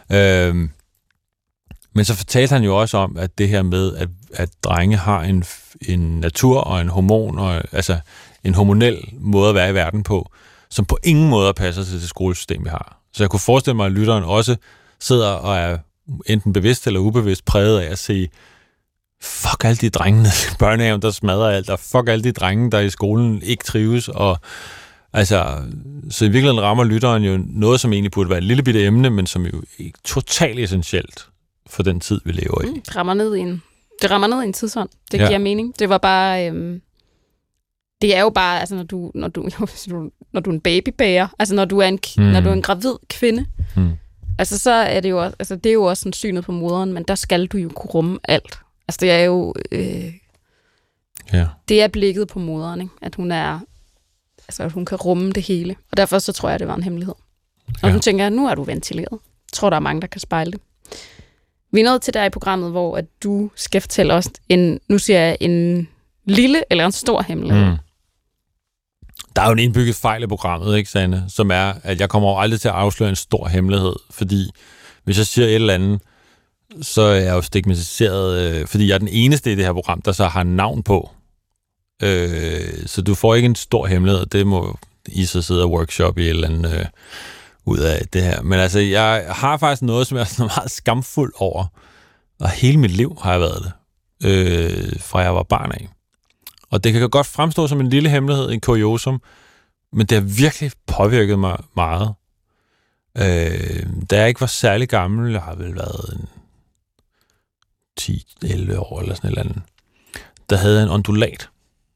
Men så fortalte han jo også om, at det her med, at drenge har en natur og en hormon, og, altså en hormonel måde at være i verden på, som på ingen måde passer til det skolesystem, vi har. Så jeg kunne forestille mig, at lytteren også sidder og er enten bevidst eller ubevidst præget af at se, fuck alle de drengene i børnehaven, der smadrer alt, og fuck alle de drenge, der i skolen ikke trives, og altså, så i virkeligheden rammer lytteren jo noget, som egentlig burde være et lille bitte emne, men som jo er totalt essentielt for den tid, vi lever i. Det rammer ned i en tidsånd. Det giver mening. Det var bare... det er jo bare, altså, når du er en babybærer, altså når du er en gravid kvinde, altså så er det jo også, altså det er jo også sådan synet på moderen, men der skal du jo kunne rumme alt. Altså det er jo... det er blikket på moderen, ikke? At hun er... Altså, at hun kan rumme det hele. Og derfor så tror jeg, det var en hemmelighed. Og nu tænker jeg, nu er du ventileret. Jeg tror, der er mange, der kan spejle det. Vi er nået til der i programmet, hvor at du skal fortælle os en lille eller en stor hemmelighed. Der er jo en indbygget fejl i programmet, ikke, Sanne? Som er, at jeg kommer aldrig til at afsløre en stor hemmelighed. Fordi hvis jeg siger et eller andet, så er jeg jo stigmatiseret, fordi jeg er den eneste i det her program, der så har navn på. Så du får ikke en stor hemmelighed, det må I så sidde og workshop i et eller andet ud af det her. Men altså, jeg har faktisk noget, som jeg er sådan meget skamfuld over, og hele mit liv har jeg været det, fra jeg var barn af. Og det kan godt fremstå som en lille hemmelighed, en kuriosum, men det har virkelig påvirket mig meget. Da jeg ikke var særlig gammel, jeg har vel været 10-11 år eller sådan et eller andet, der havde jeg en ondulat.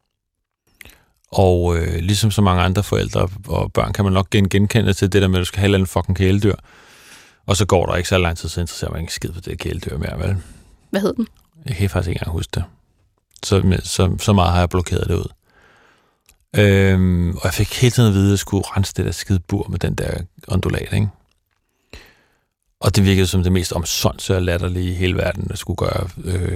Og ligesom så mange andre forældre og børn, kan man nok genkende til det der med, at du skal have en fucking kæledyr. Og så går der ikke så lang tid, så interesserer man ikke skid på det kæledyr mere, vel? Hvad hed den? Jeg kan faktisk ikke engang huske det. Så meget har jeg blokeret det ud. Og jeg fik hele tiden at vide, at jeg skulle rense det der skide bur med den der ondulat, ikke? Og det virkede som det mest omsonse og latterlige i hele verden, at skulle gøre.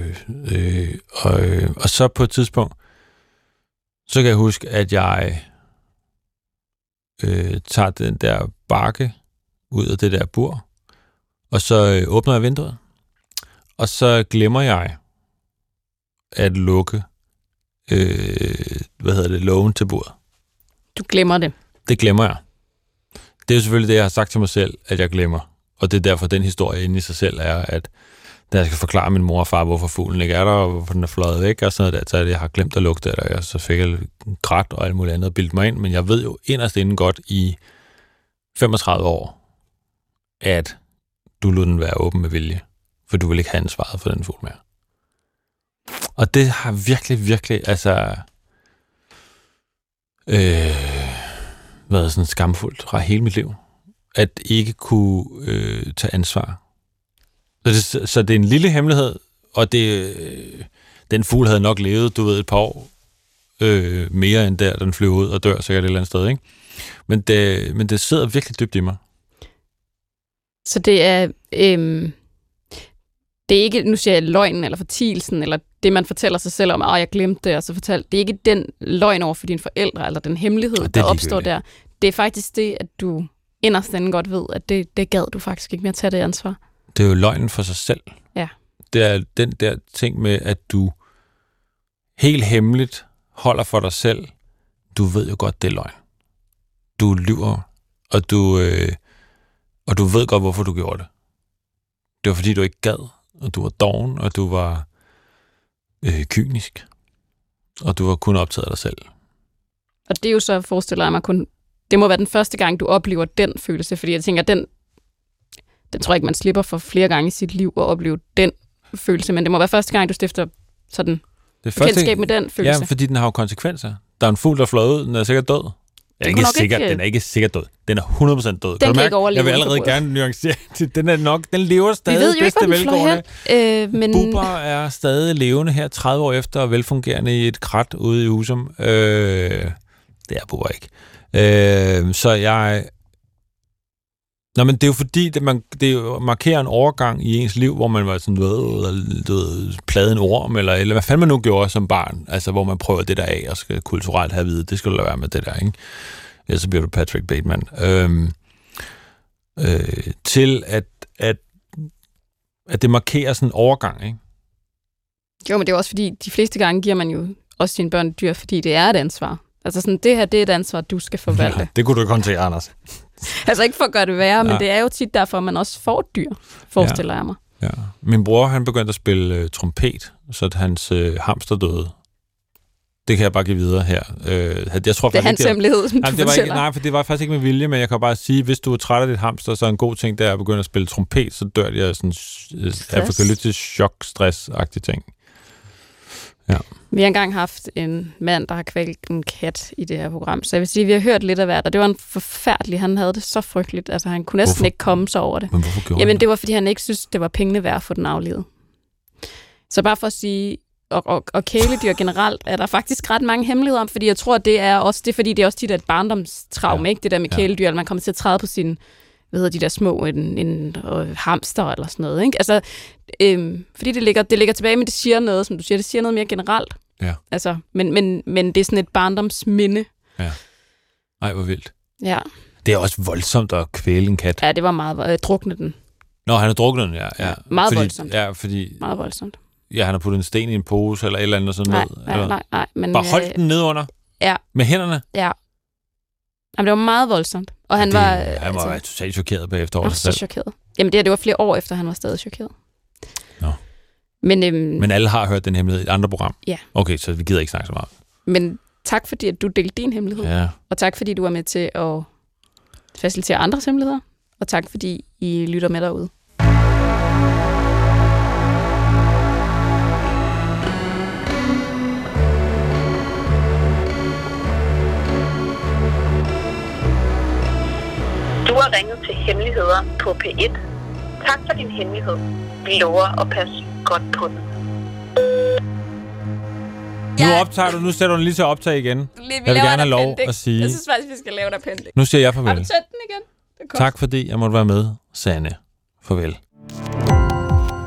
Og så på et tidspunkt, så kan jeg huske, at jeg tager den der bakke ud af det der bur, og så åbner jeg vinduet, og så glemmer jeg at lukke lågen til buret. Du glemmer det? Det glemmer jeg. Det er jo selvfølgelig det, jeg har sagt til mig selv, at jeg glemmer. Og det er derfor, den historie inde i sig selv er, at da jeg skal forklare min mor og far, hvorfor fuglen ikke er der, og hvorfor den er fløjet væk, og sådan noget, så jeg har glemt at lukke det, og så fik jeg grædt og alt muligt andet og bildt mig ind, men jeg ved jo inderst inden godt i 35 år, at du lod den være åben med vilje, for du vil ikke have ansvaret for den fugl mere. Og det har virkelig, altså været sådan skamfuldt fra hele mit liv, at ikke kunne tage ansvar. Så det er en lille hemmelighed, og den fugl havde nok levet, du ved, et par år mere end der, den flyver ud og dør sikkert et eller andet sted, ikke? Men det sidder virkelig dybt i mig. Så det er det er ikke, nu siger jeg løgnen eller fortielsen, eller det, man fortæller sig selv om, jeg glemte det, og så fortalte. Det er ikke den løgn over for dine forældre, eller den hemmelighed, der opstår der. Det er faktisk det, at du inderst inden godt ved, at det gad du faktisk ikke mere at tage det ansvar. Det er jo løgnen for sig selv. Ja. Det er den der ting med, at du helt hemmeligt holder for dig selv. Du ved jo godt, det er løgn. Du lyver, og du ved godt, hvorfor du gjorde det. Det var, fordi du ikke gad, og du var doven, og du var kynisk, og du var kun optaget af dig selv. Og det er jo så, forestiller jeg mig kun, det må være den første gang, du oplever den følelse, fordi jeg tænker, den tror jeg ikke, man slipper for flere gange i sit liv at opleve den følelse, men det må være første gang, du stifter sådan bekendtskab med den følelse. Ja, fordi den har jo konsekvenser. Der er en fugl, der fløj ud, den er sikkert død. Den er ikke sikkert død. Den er 100% død. Den kan ikke overleve. Jeg vil allerede gerne nuancere. Den lever stadig. Vi ved jo ikke, hvor den fløj hen. Men Bubber er stadig levende her 30 år efter og velfungerende i et krat ude i Husum. Det er Bubber ikke. Så jeg... Nå, men det er jo fordi, det markerer en overgang i ens liv, hvor man var sådan plade en orm, eller hvad fanden man nu gjorde som barn, altså hvor man prøver det der af, og skal kulturelt have at vide, det skal du lade være med det der, ikke? Ellers så bliver du Patrick Bateman. Til at det markerer sådan en overgang, ikke? Jo, men det er også fordi, de fleste gange giver man jo også sine børn dyr, fordi det er et ansvar. Altså sådan, det her, det er et ansvar, du skal forvalte. Ja, det kunne du ikke håndtere, Anders. Altså ikke for at gøre det værre, men det er jo tit derfor, man også får et dyr, forestiller jeg mig. Ja. Min bror, han begyndte at spille trompet, så hans hamster døde. Det kan jeg bare give videre her. Jeg tror, det er hans hemmelighed, som du fortæller. Nej, for det var faktisk ikke med vilje, men jeg kan bare sige, hvis du er træt af dit hamster, så er en god ting, der er at begynde at spille trompet, så dør de af sådan apokalyptisk chok-stress-agtige ting. Ja. Vi har engang haft en mand, der har kvalt en kat i det her program, så jeg vil sige, at vi har hørt lidt af hvert, og det var en forfærdelig, han havde det så frygteligt, altså han kunne næsten ikke komme sig over det. Men hvorfor gjorde Jamen det var, fordi han ikke synes, det var pengene værd at få den aflevet. Så bare for at sige, og kæledyr generelt, er der faktisk ret mange hemmeligheder om, fordi jeg tror, det er fordi det er også tit et barndomstraume, ikke? Det der med kæledyr, at man kommer til at træde på sine, de der små en hamster eller sådan noget, ikke? Altså, fordi det ligger tilbage, men det siger noget, som du siger, det siger noget mere generelt. Ja. Altså, men det er sådan et barndomsminde. Ja. Ej, hvor vildt. Ja. Det er også voldsomt at kvæle en kat. Ja, det var meget drukne den. Nå, han har druknet den, ja. Meget voldsomt. Ja, fordi... Meget voldsomt. Ja, han har puttet en sten i en pose eller et eller andet sådan noget. Nej. Men, bare holdt den ned under? Ja. Med hænderne? Ja. Jamen, det var meget voldsomt. Og han var være totalt chokeret bagefter. Han var så chokeret. Jamen, det var flere år efter, han var stadig chokeret. Nå. Men alle har hørt den hemmelighed i et andet program? Ja. Okay, så vi gider ikke snakke så meget. Men tak, fordi at du delte din hemmelighed. Ja. Og tak, fordi du var med til at facilitere andres hemmeligheder. Og tak, fordi I lytter med derude. Du har ringet til Hemmeligheder på P1. Tak for din hemmelighed. Vi lover at passe godt på den. Nu optager du, nu sætter du den lige til at optage igen. Jeg vil gerne have lov at sige... Jeg synes faktisk, vi skal lave en appendix. Nu siger jeg farvel. Har du sat den igen? Tak fordi jeg måtte være med, Sanne. Farvel.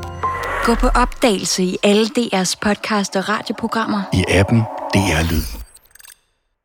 Gå på opdagelse i alle DR's podcast og radioprogrammer. I appen DR Lyd.